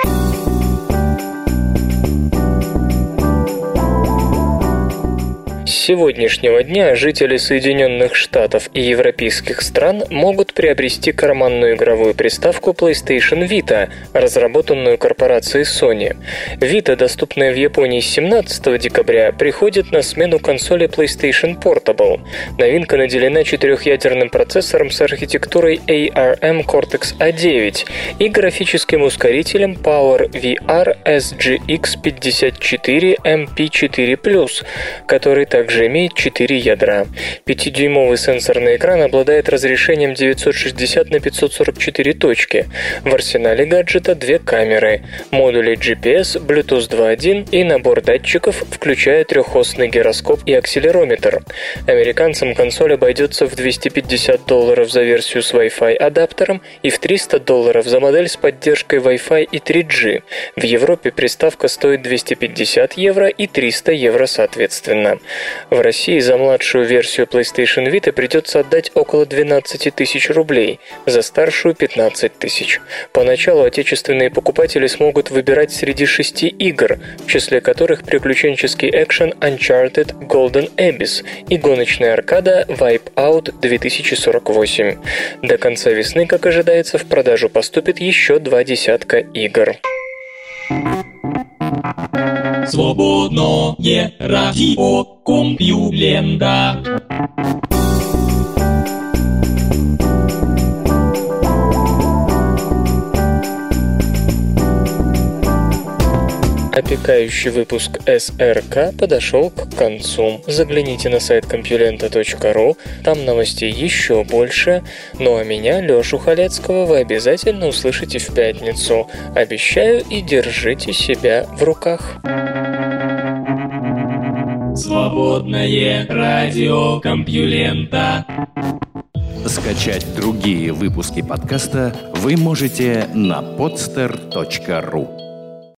С сегодняшнего дня жители Соединенных Штатов и европейских стран могут приобрести карманную игровую приставку PlayStation Vita, разработанную корпорацией Sony. Vita, доступная в Японии с семнадцатого декабря, приходит на смену консоли PlayStation Portable. Новинка наделена четырехъядерным процессором с архитектурой эй ар эм Cortex эй девять и графическим ускорителем PowerVR эс джи икс пятьдесят четыре эм пи четыре плюс, который также имеет четыре ядра. пятидюймовый сенсорный экран обладает разрешением девятьсот шестьдесят на пятьсот сорок четыре точки. В арсенале гаджета две камеры, модули джи пи эс, Bluetooth два точка один и набор датчиков, включая трехосный гироскоп и акселерометр. Американцам консоль обойдется в двести пятьдесят долларов за версию с Wi-Fi адаптером и в триста долларов за модель с поддержкой Wi-Fi и три джи. В Европе приставка стоит двести пятьдесят евро и триста евро соответственно. В России за младшую версию PlayStation Vita придется отдать около двенадцать тысяч рублей, за старшую пятнадцать тысяч. Поначалу отечественные покупатели смогут выбирать среди шести игр, в числе которых приключенческий экшен Uncharted Golden Abyss и гоночная аркада Wipeout две тысячи сорок восемь. До конца весны, как ожидается, в продажу поступит еще два десятка игр. Свободное радио Компьюлента. Опекающий выпуск эс эр ка подошел к концу. Загляните на сайт компьюлента точка ру, там новостей еще больше. Ну а меня, Лешу Халецкого, вы обязательно услышите в пятницу. Обещаю, и держите себя в руках. Свободное радио Компьюлента. Скачать другие выпуски подкаста вы можете на подстер точка ру.